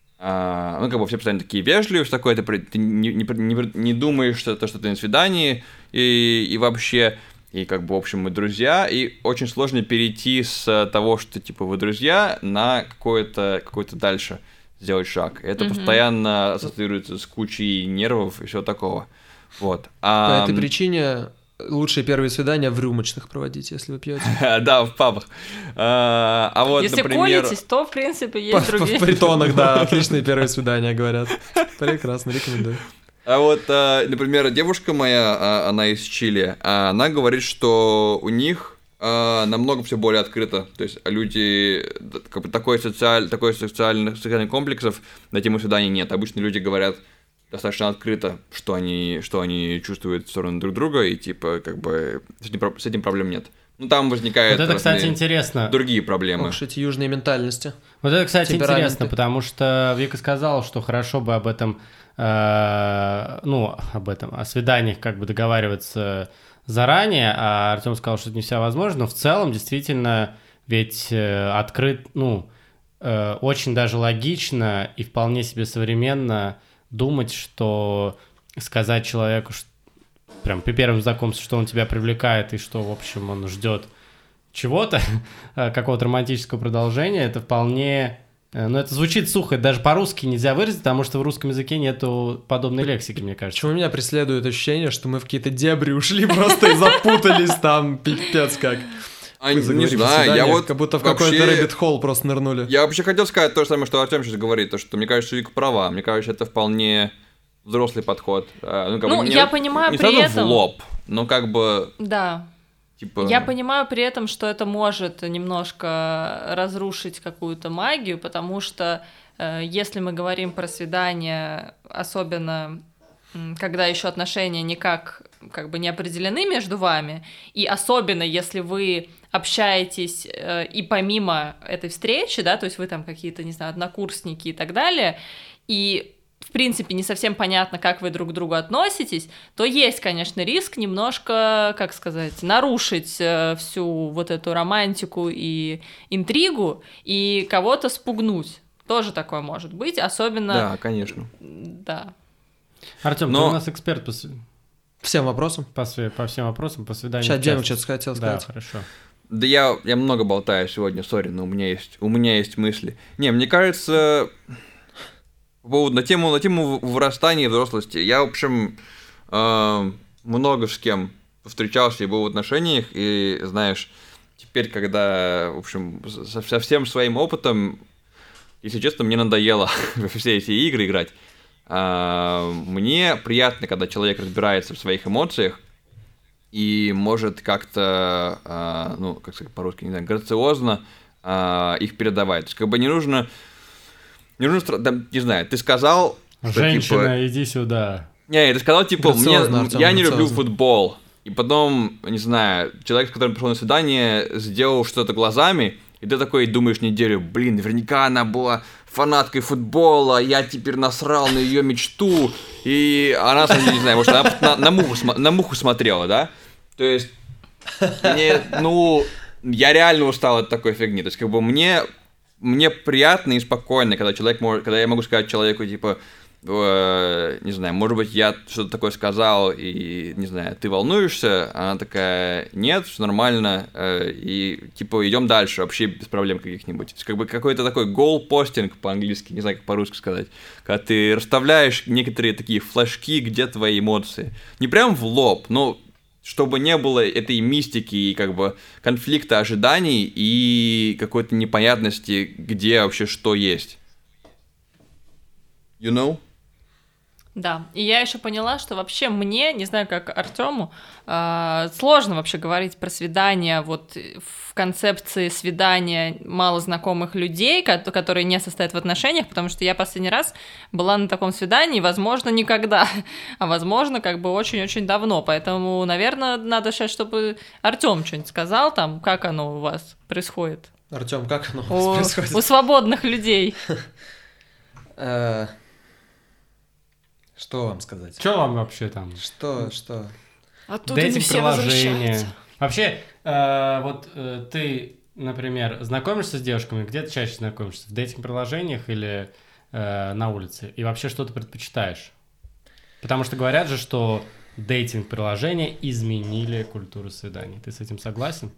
а, ну, как бы, все постоянно такие вежливые, что такое, ты, при- ты не, не, не, не думаешь, что, то, что ты на свидании, и, и вообще, и, как бы, в общем, мы друзья, и очень сложно перейти с того, что, типа, вы друзья, на какое-то, какой-то дальше сделать шаг. И это Мгм. постоянно ассоциируется с кучей нервов и всего такого. Вот. По А, этой причине лучшие первые свидания в рюмочных проводить, если вы пьете. Да, в пабах. А, а вот, Если например... колитесь, то, в принципе, По- есть по- другие. В притонах, да, отличные первые свидания, говорят. Прекрасно, рекомендую. А вот, а, например, девушка моя, а, она из Чили, а, она говорит, что у них а, намного все более открыто. То есть люди, д- как бы такой, социаль, такой социальных, социальных комплексов на тему свиданий нет. Обычно люди говорят достаточно открыто, что они, что они чувствуют в сторону друг друга, и типа, как бы, с этим, про- с этим проблем нет. Ну, там возникают Вот это, кстати, разные интересно. другие проблемы. Ох, уж эти южные ментальности. Вот это, кстати, Темпераменты. интересно, потому что Вика сказала, что хорошо бы об этом, э, ну, об этом, о свиданиях как бы договариваться заранее, а Артем сказал, что это не всегда возможно, но в целом действительно ведь э, открыт, ну, э, очень даже логично и вполне себе современно думать, что сказать человеку, что прям при первом знакомстве, что он тебя привлекает и что, в общем, он ждет чего-то, какого-то романтического продолжения, это вполне... э, Ну, это звучит сухо, это даже по-русски нельзя выразить, потому что в русском языке нету подобной лексики, мне кажется. Почему меня преследует ощущение, что мы в какие-то дебри ушли просто и запутались там, пипец как. А, Мы не заговорили о знаю, я свиданиях, вот как будто в вообще- какой-то рэббит-холл просто нырнули. Я вообще хотел сказать то же самое, что Артем сейчас говорит, то, что мне кажется, Вика права. Мне кажется, это вполне взрослый подход. А, Ну, как Ну, бы, не- я понимаю не при сразу этом- в лоб, но как бы, Да. типа... Я понимаю при этом, что это может немножко разрушить какую-то магию, потому что э, если мы говорим про свидание, особенно м, когда еще отношения никак как бы не определены между вами, и особенно если вы общаетесь э, и помимо этой встречи, да, то есть вы там какие-то, не знаю, однокурсники и так далее, и в принципе, не совсем понятно, как вы друг к другу относитесь, то есть, конечно, риск немножко, как сказать, нарушить э, всю вот эту романтику и интригу и кого-то спугнуть. Тоже такое может быть, особенно... Да, конечно. Да. Артем, Но- ты у нас эксперт по, сви- Всем вопросам. по, сви- по всем вопросам, по свиданию. Сейчас в Демик частности. что-то хотел Да, сказать. хорошо. Да я, я много болтаю сегодня, сори, но у меня есть, у меня есть мысли. Не, мне кажется, по поводу, на тему, на тему вырастания и взрослости, я, в общем, э, много с кем встречался и был в отношениях, и, знаешь, теперь, когда, в общем, со, со всем своим опытом, если честно, мне надоело во все эти игры играть. А, мне приятно, когда человек разбирается в своих эмоциях и может как-то, а, ну, как сказать по-русски, не знаю, грациозно а, их передавать. То есть, как бы не нужно, не нужно, там, не знаю, ты сказал... Женщина, что, типа, иди сюда. Не, ты сказал, типа, мне, Артём, я не грациозно. люблю футбол. И потом, не знаю, человек, с которым пришел на свидание, сделал что-то глазами, и ты такой думаешь неделю, блин, наверняка она была фанаткой футбола, я теперь насрал на ее мечту, и она, на самом деле, не знаю, может, она на, на, муху, см- на муху смотрела, да? То есть, мне, ну, я реально устал от такой фигни. То есть, как бы, мне, мне приятно и спокойно, когда человек может, когда я могу сказать человеку, типа, э, не знаю, может быть, я что-то такое сказал, и, не знаю, ты волнуешься? Она такая, нет, все нормально, э, и, типа, идем дальше, вообще без проблем каких-нибудь. То есть, как бы, какой-то такой goal-постинг по-английски, не знаю, как по-русски сказать, когда ты расставляешь некоторые такие флажки, где твои эмоции. Не прям в лоб, но чтобы не было этой мистики и, как бы, конфликта ожиданий и какой-то непонятности, где вообще что есть. You know? Да, и я еще поняла, что вообще мне, не знаю, как Артему, э, сложно вообще говорить про свидания вот в концепции свидания малознакомых людей, ко- которые не состоят в отношениях, потому что я последний раз была на таком свидании, возможно, никогда, а возможно, как бы очень-очень давно, поэтому, наверное, надо сейчас, чтобы Артем что-нибудь сказал там, как оно у вас происходит. Артём, как оно у вас У, происходит? у свободных людей. Э, Что вам сказать? Что вам вообще там? Что, что? Оттуда не все Дейтинг-приложения. возвращаются. Вообще, э, вот э, ты, например, знакомишься с девушками, где ты чаще знакомишься? В дейтинг-приложениях или э, на улице? И вообще, что ты предпочитаешь? Потому что говорят же, что дейтинг-приложения изменили культуру свиданий. Ты с этим согласен?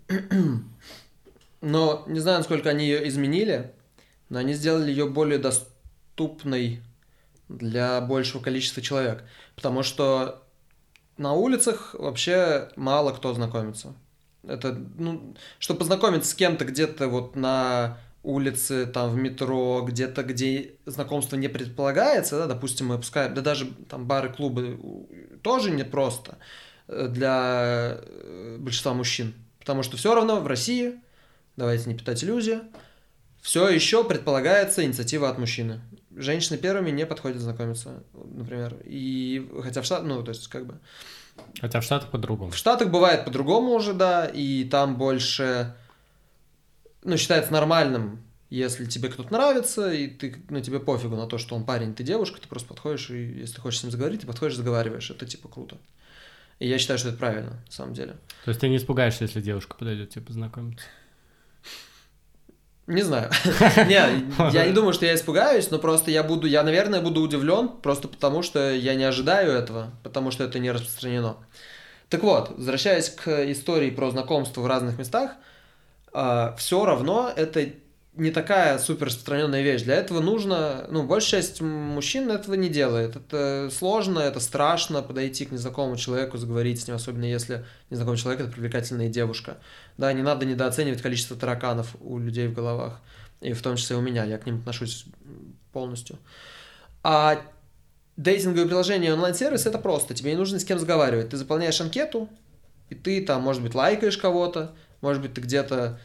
Но не знаю, насколько они ее изменили, но они сделали ее более доступной для большего количества человек. Потому что на улицах вообще мало кто знакомится. Это, ну, чтобы познакомиться с кем-то где-то вот на улице, там, в метро, где-то, где знакомство не предполагается, да, допустим, мы опускаем, да даже там бары, клубы тоже непросто для большинства мужчин. Потому что все равно в России, давайте не питать иллюзии, все еще предполагается инициатива от мужчины. Женщины первыми не подходят знакомиться, например. И хотя в Штатах, ну, то есть, как бы... Хотя в Штатах по-другому. В Штатах бывает по-другому уже, да, и там больше, ну, считается нормальным, если тебе кто-то нравится, и ты, ну, тебе пофигу на то, что он парень, ты девушка, ты просто подходишь, и если ты хочешь с ним заговорить, ты подходишь, разговариваешь. Это, типа, круто. И я считаю, что это правильно, на самом деле. То есть ты не испугаешься, если девушка подойдет тебе познакомиться? Не знаю. Не, я не думаю, что я испугаюсь, но просто я буду, я, наверное, буду удивлен, просто потому что я не ожидаю этого, потому что это не распространено. Так вот, возвращаясь к истории про знакомство в разных местах, все равно это не такая супер распространенная вещь. Для этого нужно, ну, большая часть мужчин этого не делает. Это сложно, это страшно подойти к незнакомому человеку, заговорить с ним, особенно если незнакомый человек — это привлекательная девушка. Да, не надо недооценивать количество тараканов у людей в головах, и в том числе у меня, я к ним отношусь полностью. А дейтинговые приложения и онлайн-сервис — это просто, тебе не нужно ни с кем разговаривать. Ты заполняешь анкету, и ты там, может быть, лайкаешь кого-то, может быть, ты где-то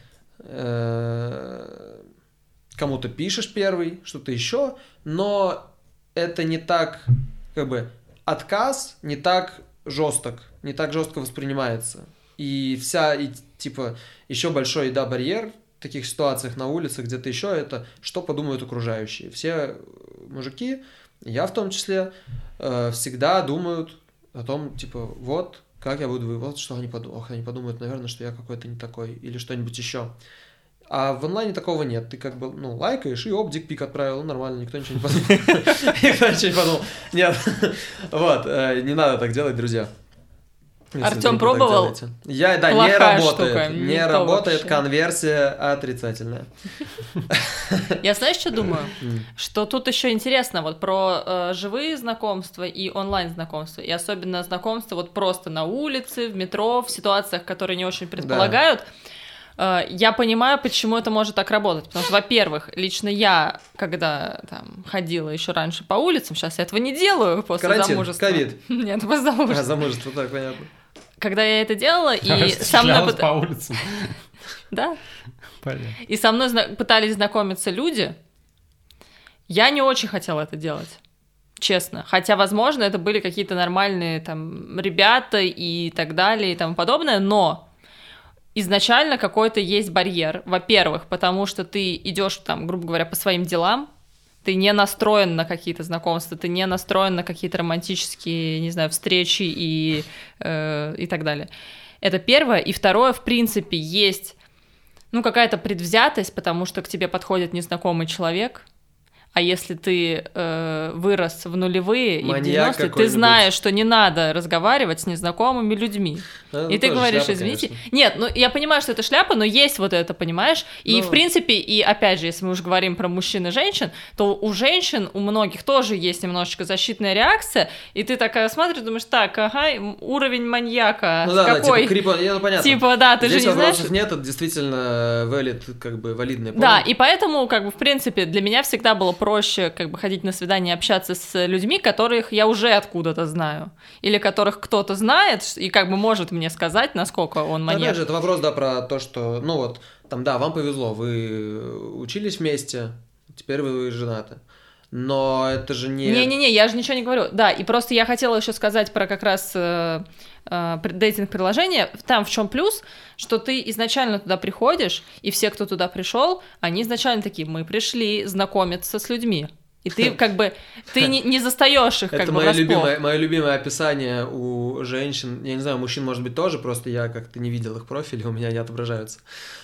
кому-то пишешь первый, что-то еще, но это не так, как бы, отказ не так жесток, не так жестко воспринимается. И вся, и, типа, еще большой, да, барьер в таких ситуациях на улице, где-то еще, это что подумают окружающие. Все мужики, я в том числе, э, всегда думают о том, типа, вот, как я буду, вот что они подумают, ох, они подумают, наверное, что я какой-то не такой, или что-нибудь еще. А в онлайне такого нет. Ты как бы, ну, лайкаешь, и оп, дикпик отправил, ну, нормально, никто ничего не подумал. Никто ничего не подумал. Нет, вот, не надо так делать, друзья. Артём пробовал? Я, да, не работает. Не работает, конверсия отрицательная. Я, знаешь, что думаю? Что тут еще интересно вот про живые знакомства и онлайн-знакомства, и особенно знакомства вот просто на улице, в метро, в ситуациях, которые не очень предполагают. э, я понимаю, почему это может так работать. Потому что, во-первых, лично я, когда там ходила еще раньше по улицам, сейчас я этого не делаю после Карантин, замужества. ковид. Нет, после замужества. А, замужество, так, понятно. Когда я это делала, и Кажется, со мной... шлялась пыт- по улицам. Да. Понятно. И со мной зна- пытались знакомиться люди, я не очень хотела это делать. Честно. Хотя, возможно, это были какие-то нормальные там ребята и так далее и тому подобное, но изначально какой-то есть барьер. Во-первых, потому что ты идешь там, грубо говоря, по своим делам, ты не настроен на какие-то знакомства, ты не настроен на какие-то романтические, не знаю, встречи и, э, и так далее. Это первое. И второе, в принципе, есть, ну, какая-то предвзятость, потому что к тебе подходит незнакомый человек, а если ты э, вырос в нулевые и в Маньяк девяностые, ты какой-нибудь. знаешь, что не надо разговаривать с незнакомыми людьми. Ну, И ты тоже говоришь, шляпа, извините. конечно. Нет, ну я понимаю, что это шляпа, но есть вот это, понимаешь? И Ну. в принципе, и опять же, если мы уже говорим про мужчин и женщин, то у женщин, у многих тоже есть немножечко защитная реакция, и ты такая смотришь, думаешь, так, ага, м, уровень маньяка Ну да, да, какой? типа крипа, ну понятно. Типа, да, ты Здесь же не знаешь. вопросов нет, это действительно валид, как бы валидный Да, point. и поэтому, как бы, в принципе, для меня всегда было проще, как бы, ходить на свидание, общаться с людьми, которых я уже откуда-то знаю, или которых кто-то знает, и, как бы, может мне сказать, насколько он Ну, маньяк. опять же, это вопрос, да, про то, что, ну вот, там, да, вам повезло, вы учились вместе, теперь вы женаты. Но это же не... Не-не-не, я же ничего не говорю. Да, и просто я хотела еще сказать про как раз э, э, дейтинг-приложение. Там в чем плюс, что ты изначально туда приходишь, и все, кто туда пришел, они изначально такие, мы пришли знакомиться с людьми. И ты как бы, ты не, не застаешь их как Это бы мое врасплох. любимое, мое любимое описание у женщин, я не знаю, у мужчин, может быть, тоже, просто я как-то не видел их профили, у меня не отображаются.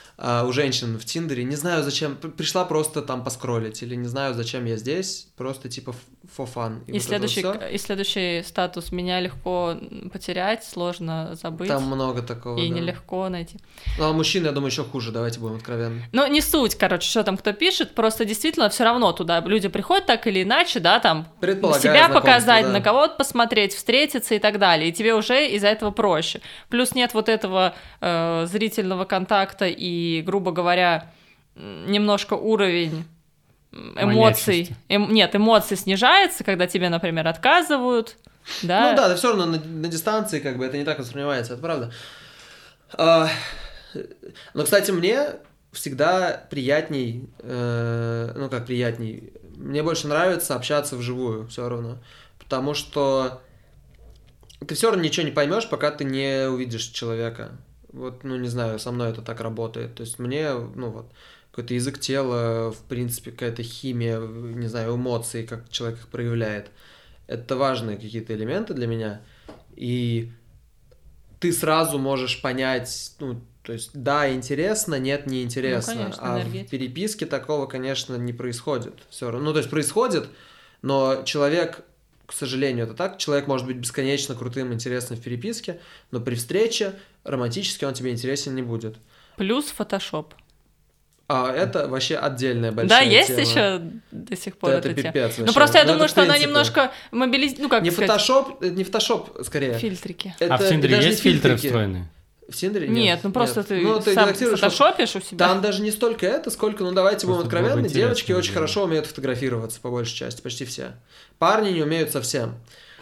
А у женщин в Тиндере, не знаю зачем, п- пришла просто там поскроллить, или не знаю зачем я здесь, просто типа for fun. И, вот это следующий, вот всё. и следующий статус, меня легко потерять, сложно забыть. Там много такого, И да. нелегко найти. Ну, а мужчин, я думаю, еще хуже, давайте будем откровенны. Ну, не суть, короче, что там кто пишет, просто действительно все равно туда люди приходят так или иначе, да, там Предполагаю, себя знакомство, показать, да. на кого-то посмотреть, встретиться и так далее, и тебе уже из-за этого проще. Плюс нет вот этого э, зрительного контакта и, грубо говоря, м, немножко уровень эмоций, Маньячности. эм- нет, эмоций снижается, когда тебе, например, отказывают, да, Ну да, да, все равно на, на дистанции, как бы, это не так воспринимается, это правда. А, но, кстати, мне всегда приятней, э, ну как приятней, мне больше нравится общаться вживую, все равно, потому что ты все равно ничего не поймешь, пока ты не увидишь человека. Вот, ну не знаю, со мной это так работает. То есть мне, ну вот, какой-то язык тела, в принципе, какая-то химия, не знаю, эмоции, как человек их проявляет. Это важные какие-то элементы для меня. И ты сразу можешь понять, ну, то есть, да, интересно, нет, не интересно. Ну, конечно, а в энергетика. переписке такого, конечно, не происходит. Все равно. Ну, то есть происходит, но человек, к сожалению, это так. Человек может быть бесконечно крутым, интересным в переписке, но при встрече романтически он тебе интересен не будет. плюс фотошоп. А это вообще отдельная Да, большая есть тема. еще до сих пор Это эта тема. пипец Ну вообще. просто я Ну, думаю, это в что она принципе. немножко мобилизирует, ну как Не сказать, фотошоп, э, не фотошоп, скорее. фильтрики. Это А в и Тиндере даже не есть фильтры фильтрики. встроенные? В Тиндере Нет, нет. ну просто нет. ты Ну, ты сам редактируешь, фотошопишь у себя. Там даже не столько это, сколько, ну давайте будем Просто было бы откровенны, интересно, девочки очень наверное. хорошо умеют фотографироваться, по большей части, почти все. Парни не умеют совсем.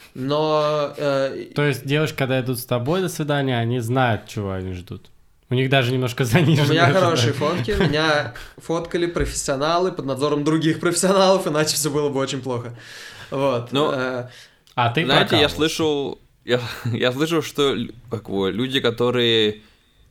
Но... э, То есть девушки, когда идут с тобой до свидания, они знают, чего они ждут. У них даже немножко заниженные у меня ожидания. хорошие фотки, меня фоткали профессионалы под надзором других профессионалов, иначе все было бы очень плохо. Вот. Ну, э, А ты Знаете, я прокалывался. слышал, я, я слышал, что лю- как его, люди, которые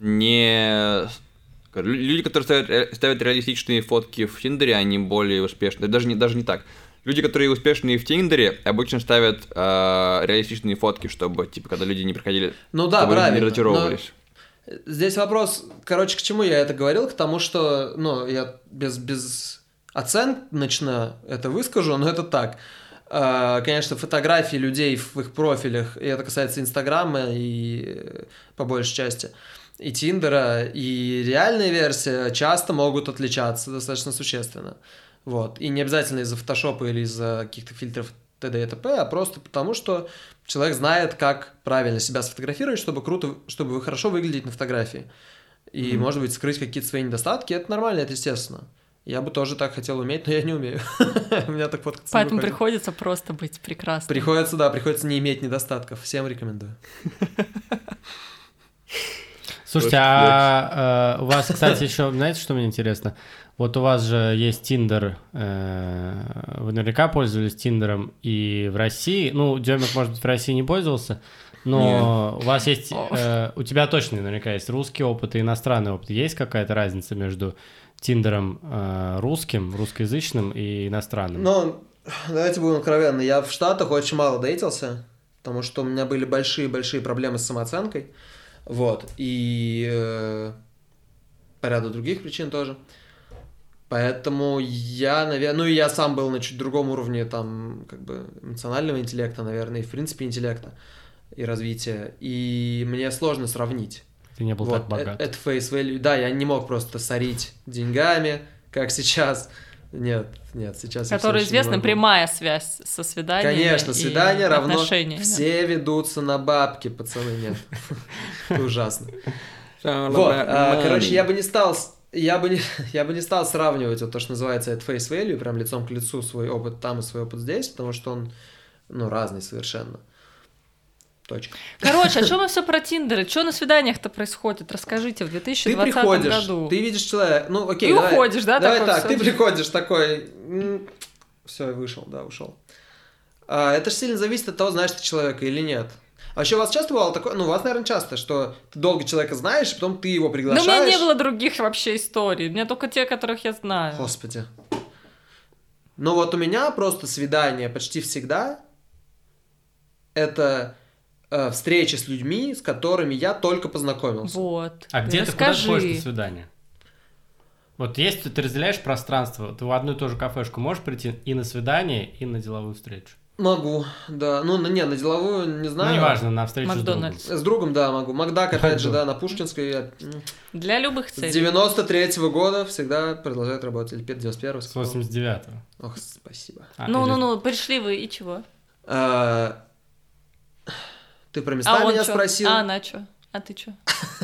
не... лю- Люди, которые ставят, ре- ставят реалистичные фотки в Тиндере, они более успешны. Даже не, даже не так. Люди, которые успешные в Тиндере, обычно ставят э, реалистичные фотки, чтобы, типа, когда люди не приходили, Ну да, чтобы люди правильно. не ретировались. Здесь вопрос, короче, к чему я это говорил? К тому, что, ну, я без, без оценочно это выскажу, но это так. А, Конечно, фотографии людей в их профилях, и это касается Инстаграма и э, по большей части, и Тиндера, и реальная версия часто могут отличаться достаточно существенно. Вот. И не обязательно из-за фотошопа или из-за каких-то фильтров т.д. и т.п., а просто потому, что человек знает, как правильно себя сфотографировать, чтобы круто, чтобы вы хорошо выглядеть на фотографии. И, Мгм. может быть, скрыть какие-то свои недостатки, это нормально, это естественно. Я бы тоже так хотел уметь, но я не умею. У меня так фоткаться не Поэтому выходит. приходится просто быть прекрасным. Приходится, да, приходится не иметь недостатков. Всем рекомендую. Слушайте, а э, у вас, кстати, еще, знаете, что мне интересно? Вот у вас же есть Тиндер, э, вы наверняка пользовались Тиндером и в России. Ну, Демик, может быть, в России не пользовался, но у вас есть, э, у тебя точно наверняка есть русский опыт и иностранный опыт. Есть какая-то разница между Тиндером э, русским, русскоязычным и иностранным? Ну, давайте будем откровенны. Я в Штатах очень мало дейтился, потому что у меня были большие-большие проблемы с самооценкой. Вот. И э, по ряду других причин тоже. Поэтому я, наверное... Ну, и я сам был на чуть другом уровне, там, как бы, эмоционального интеллекта, наверное, и, в принципе, интеллекта и развития. И мне сложно сравнить. Ты не был Вот, так богат. э- Это face value. Да, я не мог просто сорить деньгами, как сейчас. Нет, нет, сейчас я Которая всё еще не известна могу. прямая связь со свиданиями. Конечно, и свидание равно отношениями. все ведутся на бабки, пацаны, нет. Это ужасно. All Вот, about а, money. короче, я бы не стал, с- я бы не, я бы не стал сравнивать вот то, что называется at face value, прям лицом к лицу свой опыт там и свой опыт здесь, потому что он, ну, разный совершенно. Точка. Короче, а что мы все про Тиндеры? Что на свиданиях-то происходит? Расскажите, в две тысячи Ты двадцатом приходишь, году. ты видишь человека, ну, окей, И давай, уходишь, да, давай такой, так, всё. ты приходишь такой, все, вышел, да, ушел. А, это же сильно зависит от того, знаешь ты человека или нет. А вообще у вас часто бывало такое, ну, у вас, наверное, часто, что ты долго человека знаешь, и потом ты его Но приглашаешь. у меня не было других вообще историй. У меня только те, которых я знаю. Господи. Ну вот у меня просто свидание почти всегда это э, встречи с людьми, с которыми я только познакомился. Вот. А где ты куда Расскажи. ты ходишь на свидание? Вот есть, ты разделяешь пространство, ты в одну и ту же кафешку можешь прийти и на свидание, и на деловую встречу? Могу, да. Ну, на- не, на деловую не знаю. Ну, неважно, на встречу Макдональдс. с другом. С другом, да, могу. Макдак, опять же, да, на Пушкинской. Я, м, Для любых с целей. девяносто третьего года всегда продолжает работать. Или девяносто первого. С восемьдесят девятого. Ох, спасибо. А, Ну, или- ну, ну, пришли вы, и чего? А, ты про места а он меня чё? спросил? А она что? А ты что?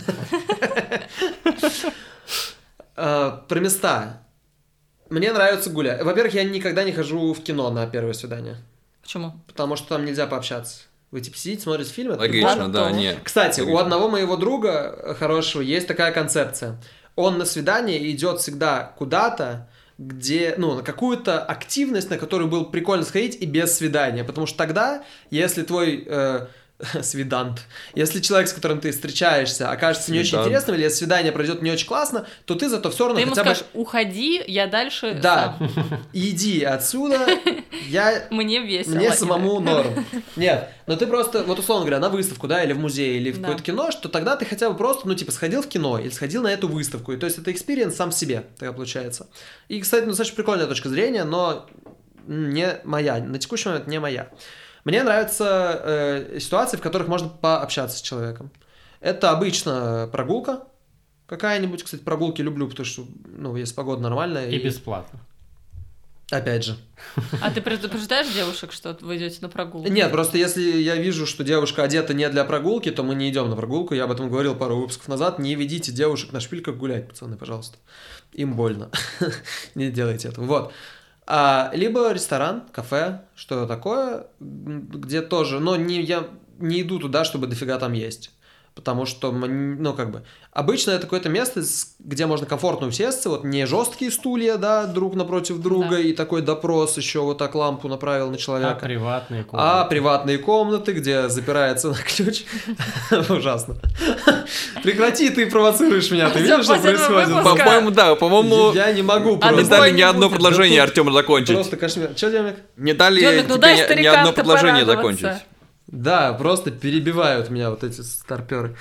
А, про места. Мне нравится гулять. Во-первых, я никогда не хожу в кино на первое свидание. Почему? Потому что там нельзя пообщаться. Вы типа сидите, смотрите фильм. это Логично, прикольно. да, Ладно, нет. Кстати, у Логично. одного моего друга хорошего есть такая концепция. Он на свидание идет всегда куда-то, где, ну, на какую-то активность, на которую было прикольно сходить и без свидания. Потому что тогда, если твой э, свидант, если человек, с которым ты встречаешься, окажется не очень Свидант. интересным, или если свидание пройдет не очень классно, то ты зато все равно Ты ему хотя бы... скажешь, уходи, я дальше Да, сам. иди отсюда, я... Мне весело. Мне самому норм. Нет, но ты просто, вот условно говоря, на выставку, да, или в музей, или в Да. какое-то кино, что тогда ты хотя бы просто, ну, типа, сходил в кино или сходил на эту выставку. И, то есть это экспириенс сам в себе, тогда получается. И, кстати, ну, достаточно прикольная точка зрения, но не моя, на текущий момент не моя. Мне нравятся э, ситуации, в которых можно пообщаться с человеком. Это обычно прогулка какая-нибудь. Кстати, прогулки люблю, потому что, ну, если погода нормальная. И бесплатно. Опять же. А ты предупреждаешь девушек, что вы идете на прогулку? Нет, просто если я вижу, что девушка одета не для прогулки, то мы не идем на прогулку. Я об этом говорил пару выпусков назад. Не ведите девушек на шпильках гулять, пацаны, пожалуйста. Им больно. Не делайте этого. Вот. А, либо ресторан, кафе, что такое, где тоже, но не, я не иду туда, чтобы дофига там есть. Потому что, ну, как бы, обычно это какое-то место, где можно комфортно усесться, вот не жесткие стулья, да, друг напротив друга, Да. и такой допрос еще вот так лампу направил на А человека. приватные комнаты. А приватные комнаты, где запирается на ключ. Ужасно. Прекрати, ты провоцируешь меня, ты видишь, что После этого происходит? выпуска- По-моему, да, по-моему, Я не могу А не просто. дали другой ни не одно будет. предложение Да тут Артему закончить. Просто кошмар. Че, Демик? Не дали Демик, ну тебе дай ни- ни старикам-то одно предложение порадоваться. закончить. Да, просто перебивают меня вот эти старперы.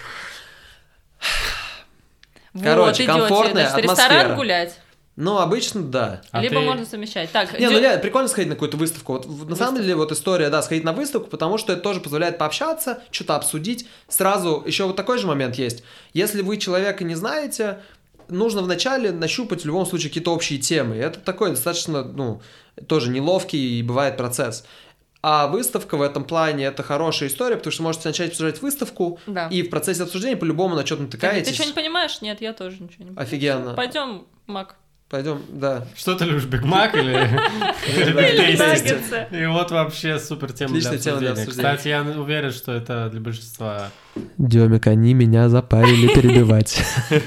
Вот, Короче, идете, комфортная значит, атмосфера. ресторан гулять, Ну, обычно да. А либо ты- можно совмещать. Так, Не, идё- ну реально, прикольно сходить на какую-то выставку. Вот, в- на самом Выставку. деле, вот история, да, сходить на выставку, потому что это тоже позволяет пообщаться, что-то обсудить. Сразу, еще вот такой же момент есть. Если вы человека не знаете, нужно вначале нащупать в любом случае какие-то общие темы. И это такой достаточно, ну, тоже неловкий и бывает процесс. А выставка в этом плане это хорошая история, потому что можете начать обсуждать выставку, Да. и в процессе обсуждения по-любому на что-то Ты, натыкаетесь. ты что, не понимаешь? Нет, я тоже ничего не понимаю. Офигенно. Пойдем, Мак. Пойдем, да. Что ты любишь, Биг Мак или Или Биг Тейсти? наггетсы. И вот вообще супер тема для Отличная тема для обсуждения. обсуждения. Кстати, я уверен, что это для большинства... Демик, они меня запарили перебивать.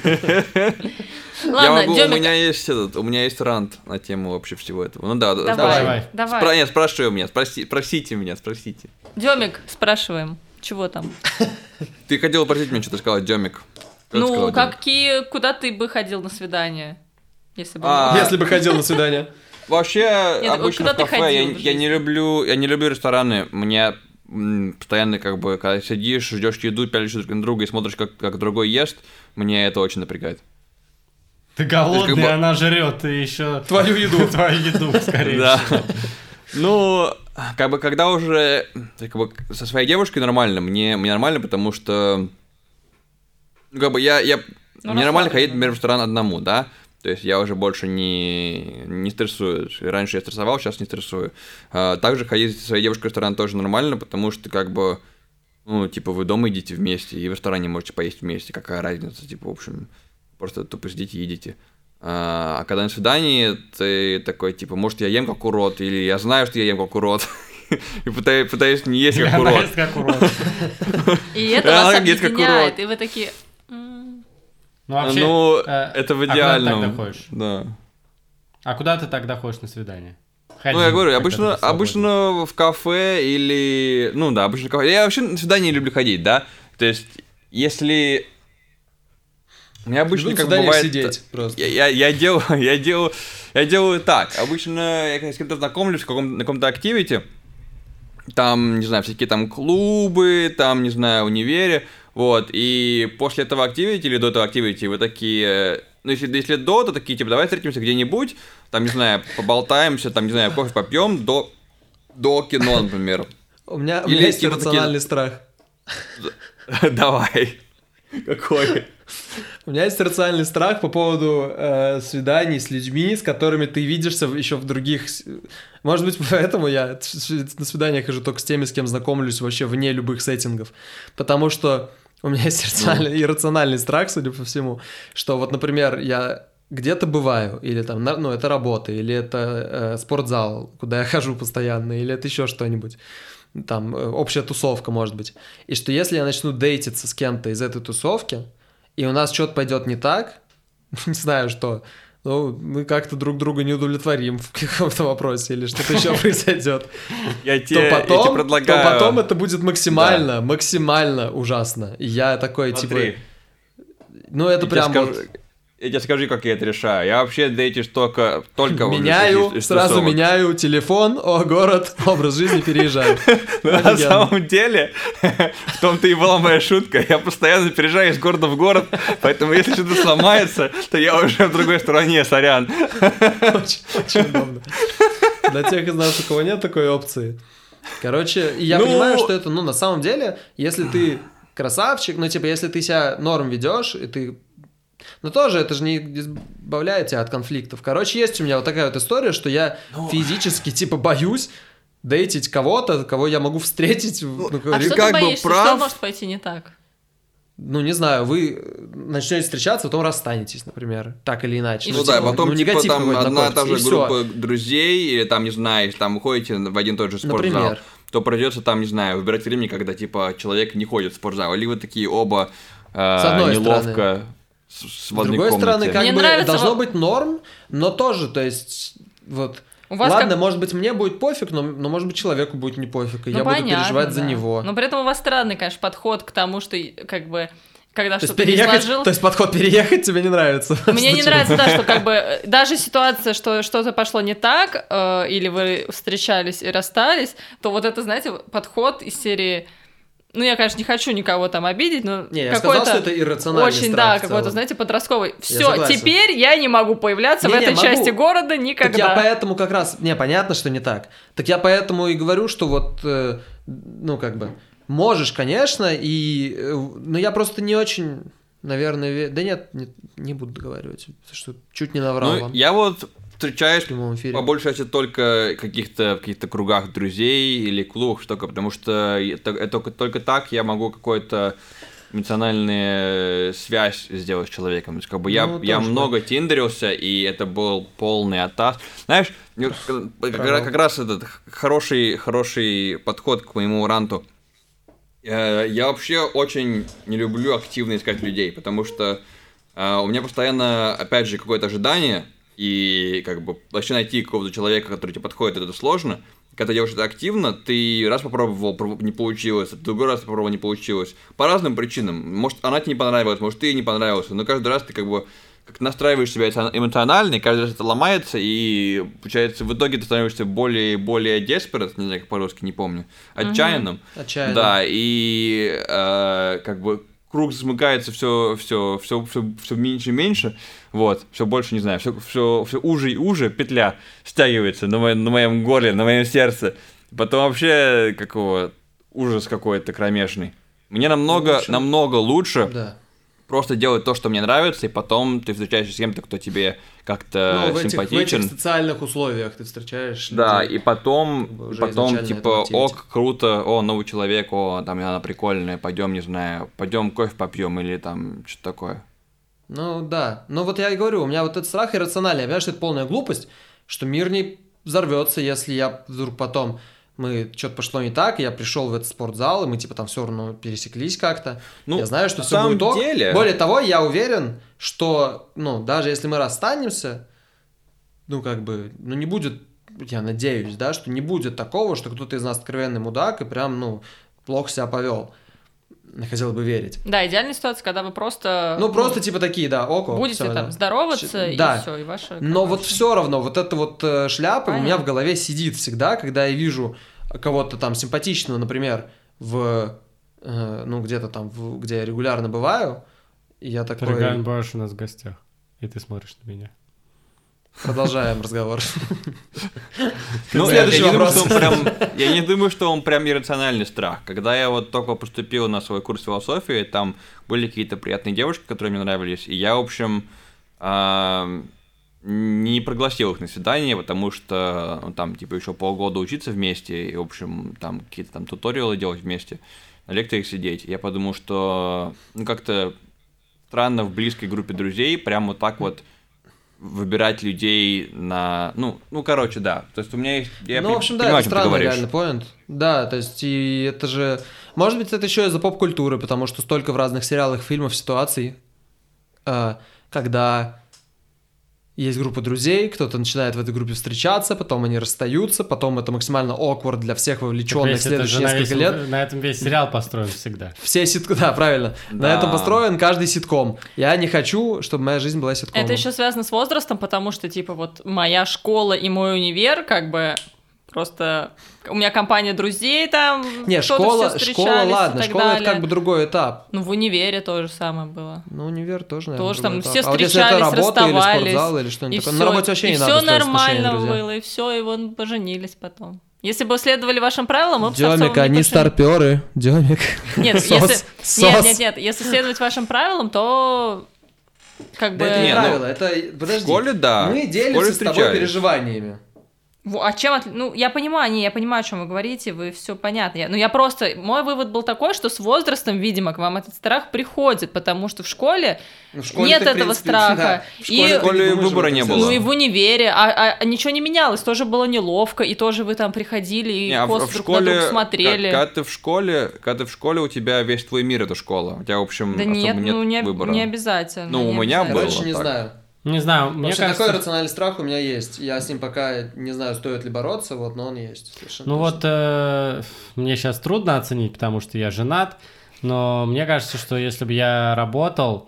Я Ладно, могу, у Демик, меня есть этот, у меня есть рант на тему вообще всего этого. Ну да, давай, Давай. давай. Спра- нет, спрашивай меня, спроси, спросите меня, спросите. Демик, спрашиваем, чего там? Ты хотел спросить меня, что ты сказал, Демик? Что ты Ну, сказал, Демик? какие, куда ты бы ходил на свидание? Если бы... А, мог? Если бы ходил на свидание. Вообще, Нет, обычно куда в ты кафе ходил я, в я жизни? не люблю, я не люблю рестораны. Мне м, постоянно как бы, когда сидишь, ждешь еду, пялишь друг на друга и смотришь, как, как другой ест, мне это очень напрягает. Ты голодный, как бы- она жрет, и еще... Твою еду. Твою еду, скорее Да. всего. Ну, как бы, когда уже как бы, со своей девушкой нормально, мне, мне нормально, потому что, ну, как бы, я, я, Ну, мне нормально ходить, расслабленно, например, в ресторан одному, да, то есть я уже больше не, не стрессую, раньше я стрессовал, сейчас не стрессую. А, также ходить со своей девушкой в ресторан тоже нормально, потому что, как бы, ну, типа, вы дома едите вместе, и в ресторане можете поесть вместе, какая разница, типа, в общем, просто тупо сидите и едите. А, а когда на свидании, ты такой, типа, может, я ем как урод, или я знаю, что я ем как урод, и пытаюсь, пытаюсь не есть как Она урод. ест как урод. И это Она вас ест как объединяет, урод. и вы такие... «М, Ну, вообще, Ну, э, это в а куда ты идеальном. тогда ходишь? Да. А куда ты тогда ходишь на свидание? Ну, я говорю, Ходи, обычно, когда ты свободен. обычно в кафе или... Ну, да, обычно в кафе. Я вообще на свидание люблю ходить, да? То есть, если... У меня обычно Люблю как на бы свиданиях бывает... сидеть просто. Я, я, я делаю, я делаю, я делаю так. Обычно я с кем-то знакомлюсь в каком, на каком-то активити. Там, не знаю, всякие там клубы, там, не знаю, универе. Вот, и после этого активити или до этого активити вы такие... Ну, если, если до, то такие, типа, давай встретимся где-нибудь, там, не знаю, поболтаемся, там, не знаю, кофе попьем до, до кино, например. У меня, у Или меня есть типа иррациональный страх. Давай. Какой? У меня есть иррациональный страх по поводу э, свиданий с людьми, с которыми ты видишься еще в других... с- Может быть, поэтому я на свидания хожу только с теми, с кем знакомлюсь вообще вне любых сеттингов. Потому что у меня есть иррациональный, иррациональный страх, судя по всему, что вот, например, я где-то бываю, или там, на- ну, это работа, или это э, спортзал, куда я хожу постоянно, или это еще что-нибудь. Там э, общая тусовка, может быть. И что если я начну дейтиться с кем-то из этой тусовки, и у нас что-то пойдет не так, не знаю что, ну, мы как-то друг друга не удовлетворим в каком-то вопросе, или что-то еще произойдет, Я то тебе, я тебе потом, предлагаю... то потом это будет максимально, максимально ужасно. И я такой, Смотри, типа, ну, это я тебе прям скажу- вот... Я тебе скажу, как я это решаю. Я вообще дейтишь только, только вот Меняю, из- из сразу тусовок. меняю телефон, о, город, образ жизни переезжаю. Ну, На Офигенно. самом деле, в том-то и была моя шутка. Я постоянно переезжаю из города в город, поэтому если что-то сломается, то я уже в другой стороне, сорян. Очень, очень удобно. Для тех из нас, у кого нет такой опции. Короче, и я Ну- понимаю, что это, ну, на самом деле, если ты красавчик, ну, типа, если ты себя норм ведешь, и ты... Ну, тоже это же не избавляет тебя от конфликтов. Короче, есть у меня вот такая вот история, что я Ну. физически, типа, боюсь дейтить кого-то, кого я могу встретить. Ну, А говорю, что как ты бы боишься? Что прав. может пойти не так? ну, не знаю, вы начнете встречаться, потом расстанетесь, например, так или иначе. Ну типа, да, потом, ну, типа, негатив там какой-то одна та накопится, же и всё. группа друзей, или там, не знаю, там ходите в один и тот же спортзал, Например. то придется там, не знаю, выбирать время, когда, типа, человек не ходит в спортзал, или вы такие оба э, С одной неловко с, с- в С одной другой комнате. стороны, как Мне бы нравится должно вот- быть норм, но тоже, то есть, вот... У вас Ладно, как- может быть, мне будет пофиг, но, но может быть, человеку будет не пофиг, и Ну, я буду понятно, переживать за да. него. Но при этом у вас странный, конечно, подход к тому, что как бы когда То есть, что-то не переехать, сложилось. то есть подход переехать тебе не нравится? Мне не Почему? нравится, да, что как бы э, даже ситуация, что что-то пошло не так, э, или вы встречались и расстались, то вот это, знаете, подход из серии. Ну, я, конечно, не хочу никого там обидеть, но Не, я какой-то сказал, что это иррациональный очень, страх да, в какой-то, целом. знаете, подростковый. Все, согласен. теперь я не могу появляться в Не-не, этой могу. части города Так никогда. я поэтому как раз... Не, понятно, что не так. Так я поэтому и говорю, что вот, э, ну, как бы, можешь, конечно, и... э, но я просто не очень, наверное... ве- Да нет, не, не буду договаривать, потому что чуть не наврал Ну, вам. я вот встречаешь в прямом эфире. по большей части только в каких-то, в каких-то кругах друзей или клубах, что-то, потому что это, это, только, только так я могу какую-то эмоциональную связь сделать с человеком. То есть, как бы я, Ну, я тоже, много тиндерился, и это был полный оттас. Знаешь, как, как, как раз этот хороший, хороший подход к моему ранту. Я вообще очень не люблю активно искать людей, потому что uh, у меня постоянно, опять же, какое-то ожидание, и как бы вообще найти какого-то человека, который тебе подходит, это сложно. Когда ты делаешь это активно, ты раз попробовал, не получилось, другой раз попробовал, не получилось. По разным причинам. Может, она тебе не понравилась, может, ты ей не понравился, но каждый раз ты как бы как настраиваешь себя эмоционально, и каждый раз это ломается, и получается, в итоге ты становишься более и более desperate, не знаю, как по-русски, не помню, отчаянным. Угу. Отчаянным. Да, и э, как бы круг замыкается все, все, все, все, все меньше и меньше, вот, все больше, не знаю, все, все, все уже и уже, петля стягивается на моем, на моем горле, на моем сердце. Потом вообще какого ужас какой-то кромешный. Мне намного, лучше. намного лучше да. просто делать то, что мне нравится, и потом ты встречаешься с кем-то, кто тебе как-то ну, симпатичен. В этих, в этих социальных условиях ты встречаешь людей. Да, и потом, как бы потом типа, ок, круто, о, новый человек, о, там, она прикольная, пойдем, не знаю, пойдем кофе попьем или там что-то такое. Ну, да. Ну, вот я и говорю, у меня вот этот страх иррациональный. Я понимаю, что это полная глупость, что мир не взорвется, если я вдруг потом... Мы что-то пошло не так, я пришел в этот спортзал, и мы типа там все равно пересеклись как-то. Ну, я знаю, что все будет ок. Деле... Более того, я уверен, что, ну, даже если мы расстанемся, ну, как бы, ну, не будет, я надеюсь, да, что не будет такого, что кто-то из нас откровенный мудак и прям, ну, плохо себя повел. Хотел бы верить. Да, идеальная ситуация, когда вы просто... Ну, просто ну, типа такие, да, ок, будете всё, там да. здороваться, и да. все, и ваша... Но вот все равно, вот эта вот э, шляпа Понятно. У меня в голове сидит всегда, когда я вижу кого-то там симпатичного, например, в... Э, ну, где-то там, в, где я регулярно бываю, и я такой... Ты регулярно бываешь у нас в гостях, и ты смотришь на меня. Продолжаем разговор. Ну, Следующий я, вопрос. Не прям, я не думаю, что он прям иррациональный страх. Когда я вот только поступил на свой курс философии, там были какие-то приятные девушки, которые мне нравились, и я, в общем, э, не пригласил их на свидание, потому что ну, там, типа, еще полгода учиться вместе, и, в общем, там какие-то там туториалы делать вместе, на лекциях сидеть. Я подумал, что, ну, как-то странно в близкой группе друзей прям вот так вот выбирать людей на... Ну, ну, короче, да. То есть у меня есть... Я ну, в общем, да, это странный реально поинт. Да, то есть и это же... Может быть, это еще из-за поп-культуры, потому что столько в разных сериалах, фильмах ситуаций, когда есть группа друзей, кто-то начинает в этой группе встречаться, потом они расстаются, потом это максимально awkward для всех вовлеченных следующие несколько весь, лет. На этом весь сериал построен всегда. Все ситкомы, да, правильно. Да. На этом построен каждый ситком. Я не хочу, чтобы моя жизнь была ситкомом. Это еще связано с возрастом, потому что, типа, вот моя школа и мой универ, как бы, просто... У меня компания друзей там, не, школа, школа, ладно, школа далее. Это как бы другой этап. Ну, в универе то же самое было. Ну, универ тоже, наверное, тоже там этап. все а встречались, вот если это работа расставались. Или спортзал, или что-нибудь такое. Все, на работе вообще и не все надо строить нормально отношения, было, и все, и вон поженились потом. Если бы следовали вашим правилам, мы бы Демик, они старперы. Демик. Нет, если... Нет, нет, нет. Если следовать вашим правилам, то... Как бы... Это не правило, это... Подожди. В школе, да. Мы делимся с тобой переживаниями. А чем от... Ну, я понимаю, не, я понимаю, о чем вы говорите, вы все понятно. Я... Ну, я просто... Мой вывод был такой, что с возрастом, видимо, к вам этот страх приходит, потому что в школе, в школе нет этого принципе, страха. Да. В школе, и... в школе выбора не было. Ну, и в универе. А, а ничего не менялось, тоже было неловко, и тоже вы там приходили и не, косо а друг школе, на друга смотрели. Когда ты в школе, когда ты в школе, у тебя весь твой мир — это школа. У тебя, в общем, да особо нет, нет ну, не, выбора. не обязательно. Ну, у меня было. Короче, не знаю. Не знаю, мне Вообще, кажется... такой рациональный страх у меня есть. Я с ним пока не знаю, стоит ли бороться, вот, но он есть. Совершенно ну точно. вот, э, мне сейчас трудно оценить, потому что я женат, но мне кажется, что если бы я работал,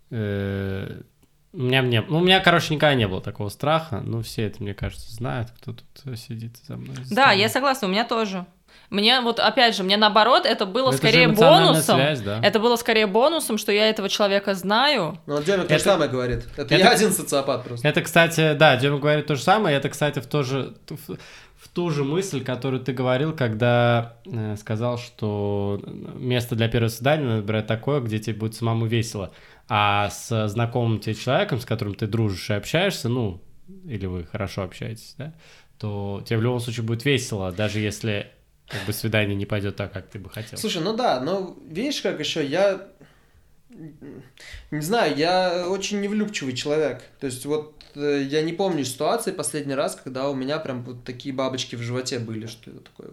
э, у меня, мне, ну, у меня, короче, никогда не было такого страха, ну, все это, мне кажется, знают, кто тут сидит за мной. Да, я согласна, у меня тоже. Мне вот, опять же, мне наоборот, это было это скорее бонусом. Связь, да? Это было скорее бонусом, что я этого человека знаю. Ну, Демик то же самое говорит. Это, это я один социопат просто. Это, кстати, да, Демик говорит то же самое. Это, кстати, в, то же, в, в ту же мысль, которую ты говорил, когда э, сказал, что место для первого свидания надо брать такое, где тебе будет самому весело. А с знакомым тебе человеком, с которым ты дружишь и общаешься, ну, или вы хорошо общаетесь, да, то тебе в любом случае будет весело, даже если как бы свидание не пойдет так, как ты бы хотел. Слушай, ну да, но видишь, как еще я... Не знаю, я очень невлюбчивый человек. То есть вот э, я не помню ситуации последний раз, когда у меня прям вот такие бабочки в животе были, что я такой...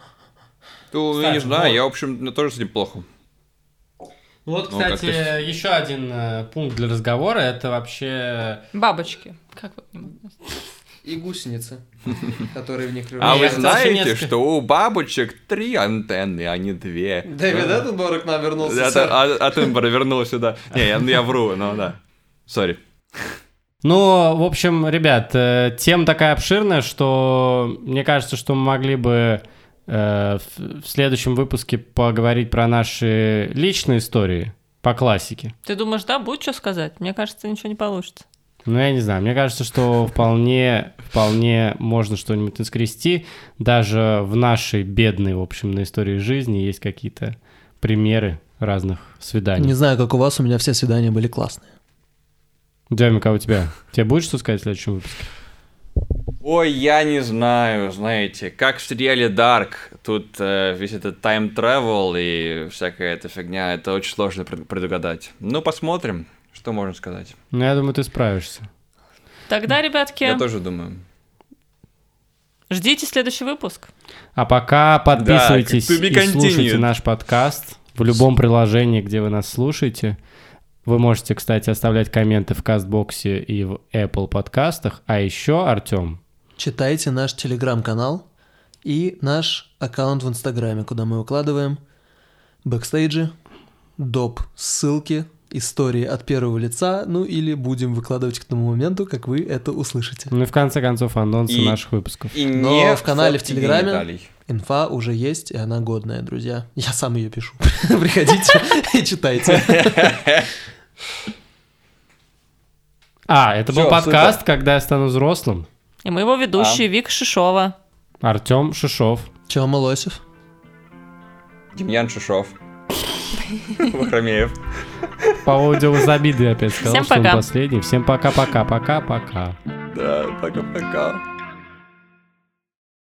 Ну, Кстати, я не знаю, вот. я, в общем, ну, тоже с этим плохо. Ну вот, Ну, кстати, как-то- еще один э, пункт для разговора, это вообще... Бабочки. Как вот не могу. И гусеницы, которые в них А я вы хотел знаете, несколько- что у бабочек три антенны, а не две? Дэвид Эттенборо к нам вернулся. Это, сэр. а, Аттенборо вернулся сюда. Не, я, я вру, но да. Сори. Ну, в общем, ребят, э, тема такая обширная, что мне кажется, что мы могли бы э, в, в следующем выпуске поговорить про наши личные истории по классике. Ты думаешь, да, будет что сказать? Мне кажется, ничего не получится. Ну, я не знаю, мне кажется, что вполне, вполне можно что-нибудь наскрести. Даже в нашей бедной, в общем, на истории жизни есть какие-то примеры разных свиданий. Не знаю, как у вас, у меня все свидания были классные. Демик, а у тебя? Тебе будет что сказать в следующем выпуске? Ой, я не знаю, знаете, как в сериале Dark, тут э, весь этот time travel и всякая эта фигня, это очень сложно пред- предугадать. Ну, посмотрим, что можно сказать. Ну, я думаю, ты справишься. Тогда, ребятки, Я тоже думаю. ждите следующий выпуск. А пока подписывайтесь Да, to be и слушайте continued. наш подкаст в любом приложении, где вы нас слушаете. Вы можете, кстати, оставлять комменты в Кастбоксе и в Apple подкастах. А еще, Артем, Читайте наш телеграм-канал и наш аккаунт в Инстаграме, куда мы выкладываем бэкстейджи, доп. Ссылки, истории от первого лица, ну или будем выкладывать к тому моменту, как вы это услышите. ну и в конце концов анонсы И- наших выпусков. И Но не в канале в фотки Телеграме- гениталий. Инфа уже есть, и она годная, друзья. Я сам ее пишу. Приходите и читайте. А, это был Всё, подкаст «Когда я стану взрослым». И мы его ведущие Вика Шишова. Артем Шишов. Тёма Лосев. Демьян Шишов. Вахромеев. По аудио из обиды опять сказал, Всем что он пока. последний. Всем пока-пока-пока-пока. Да, пока-пока.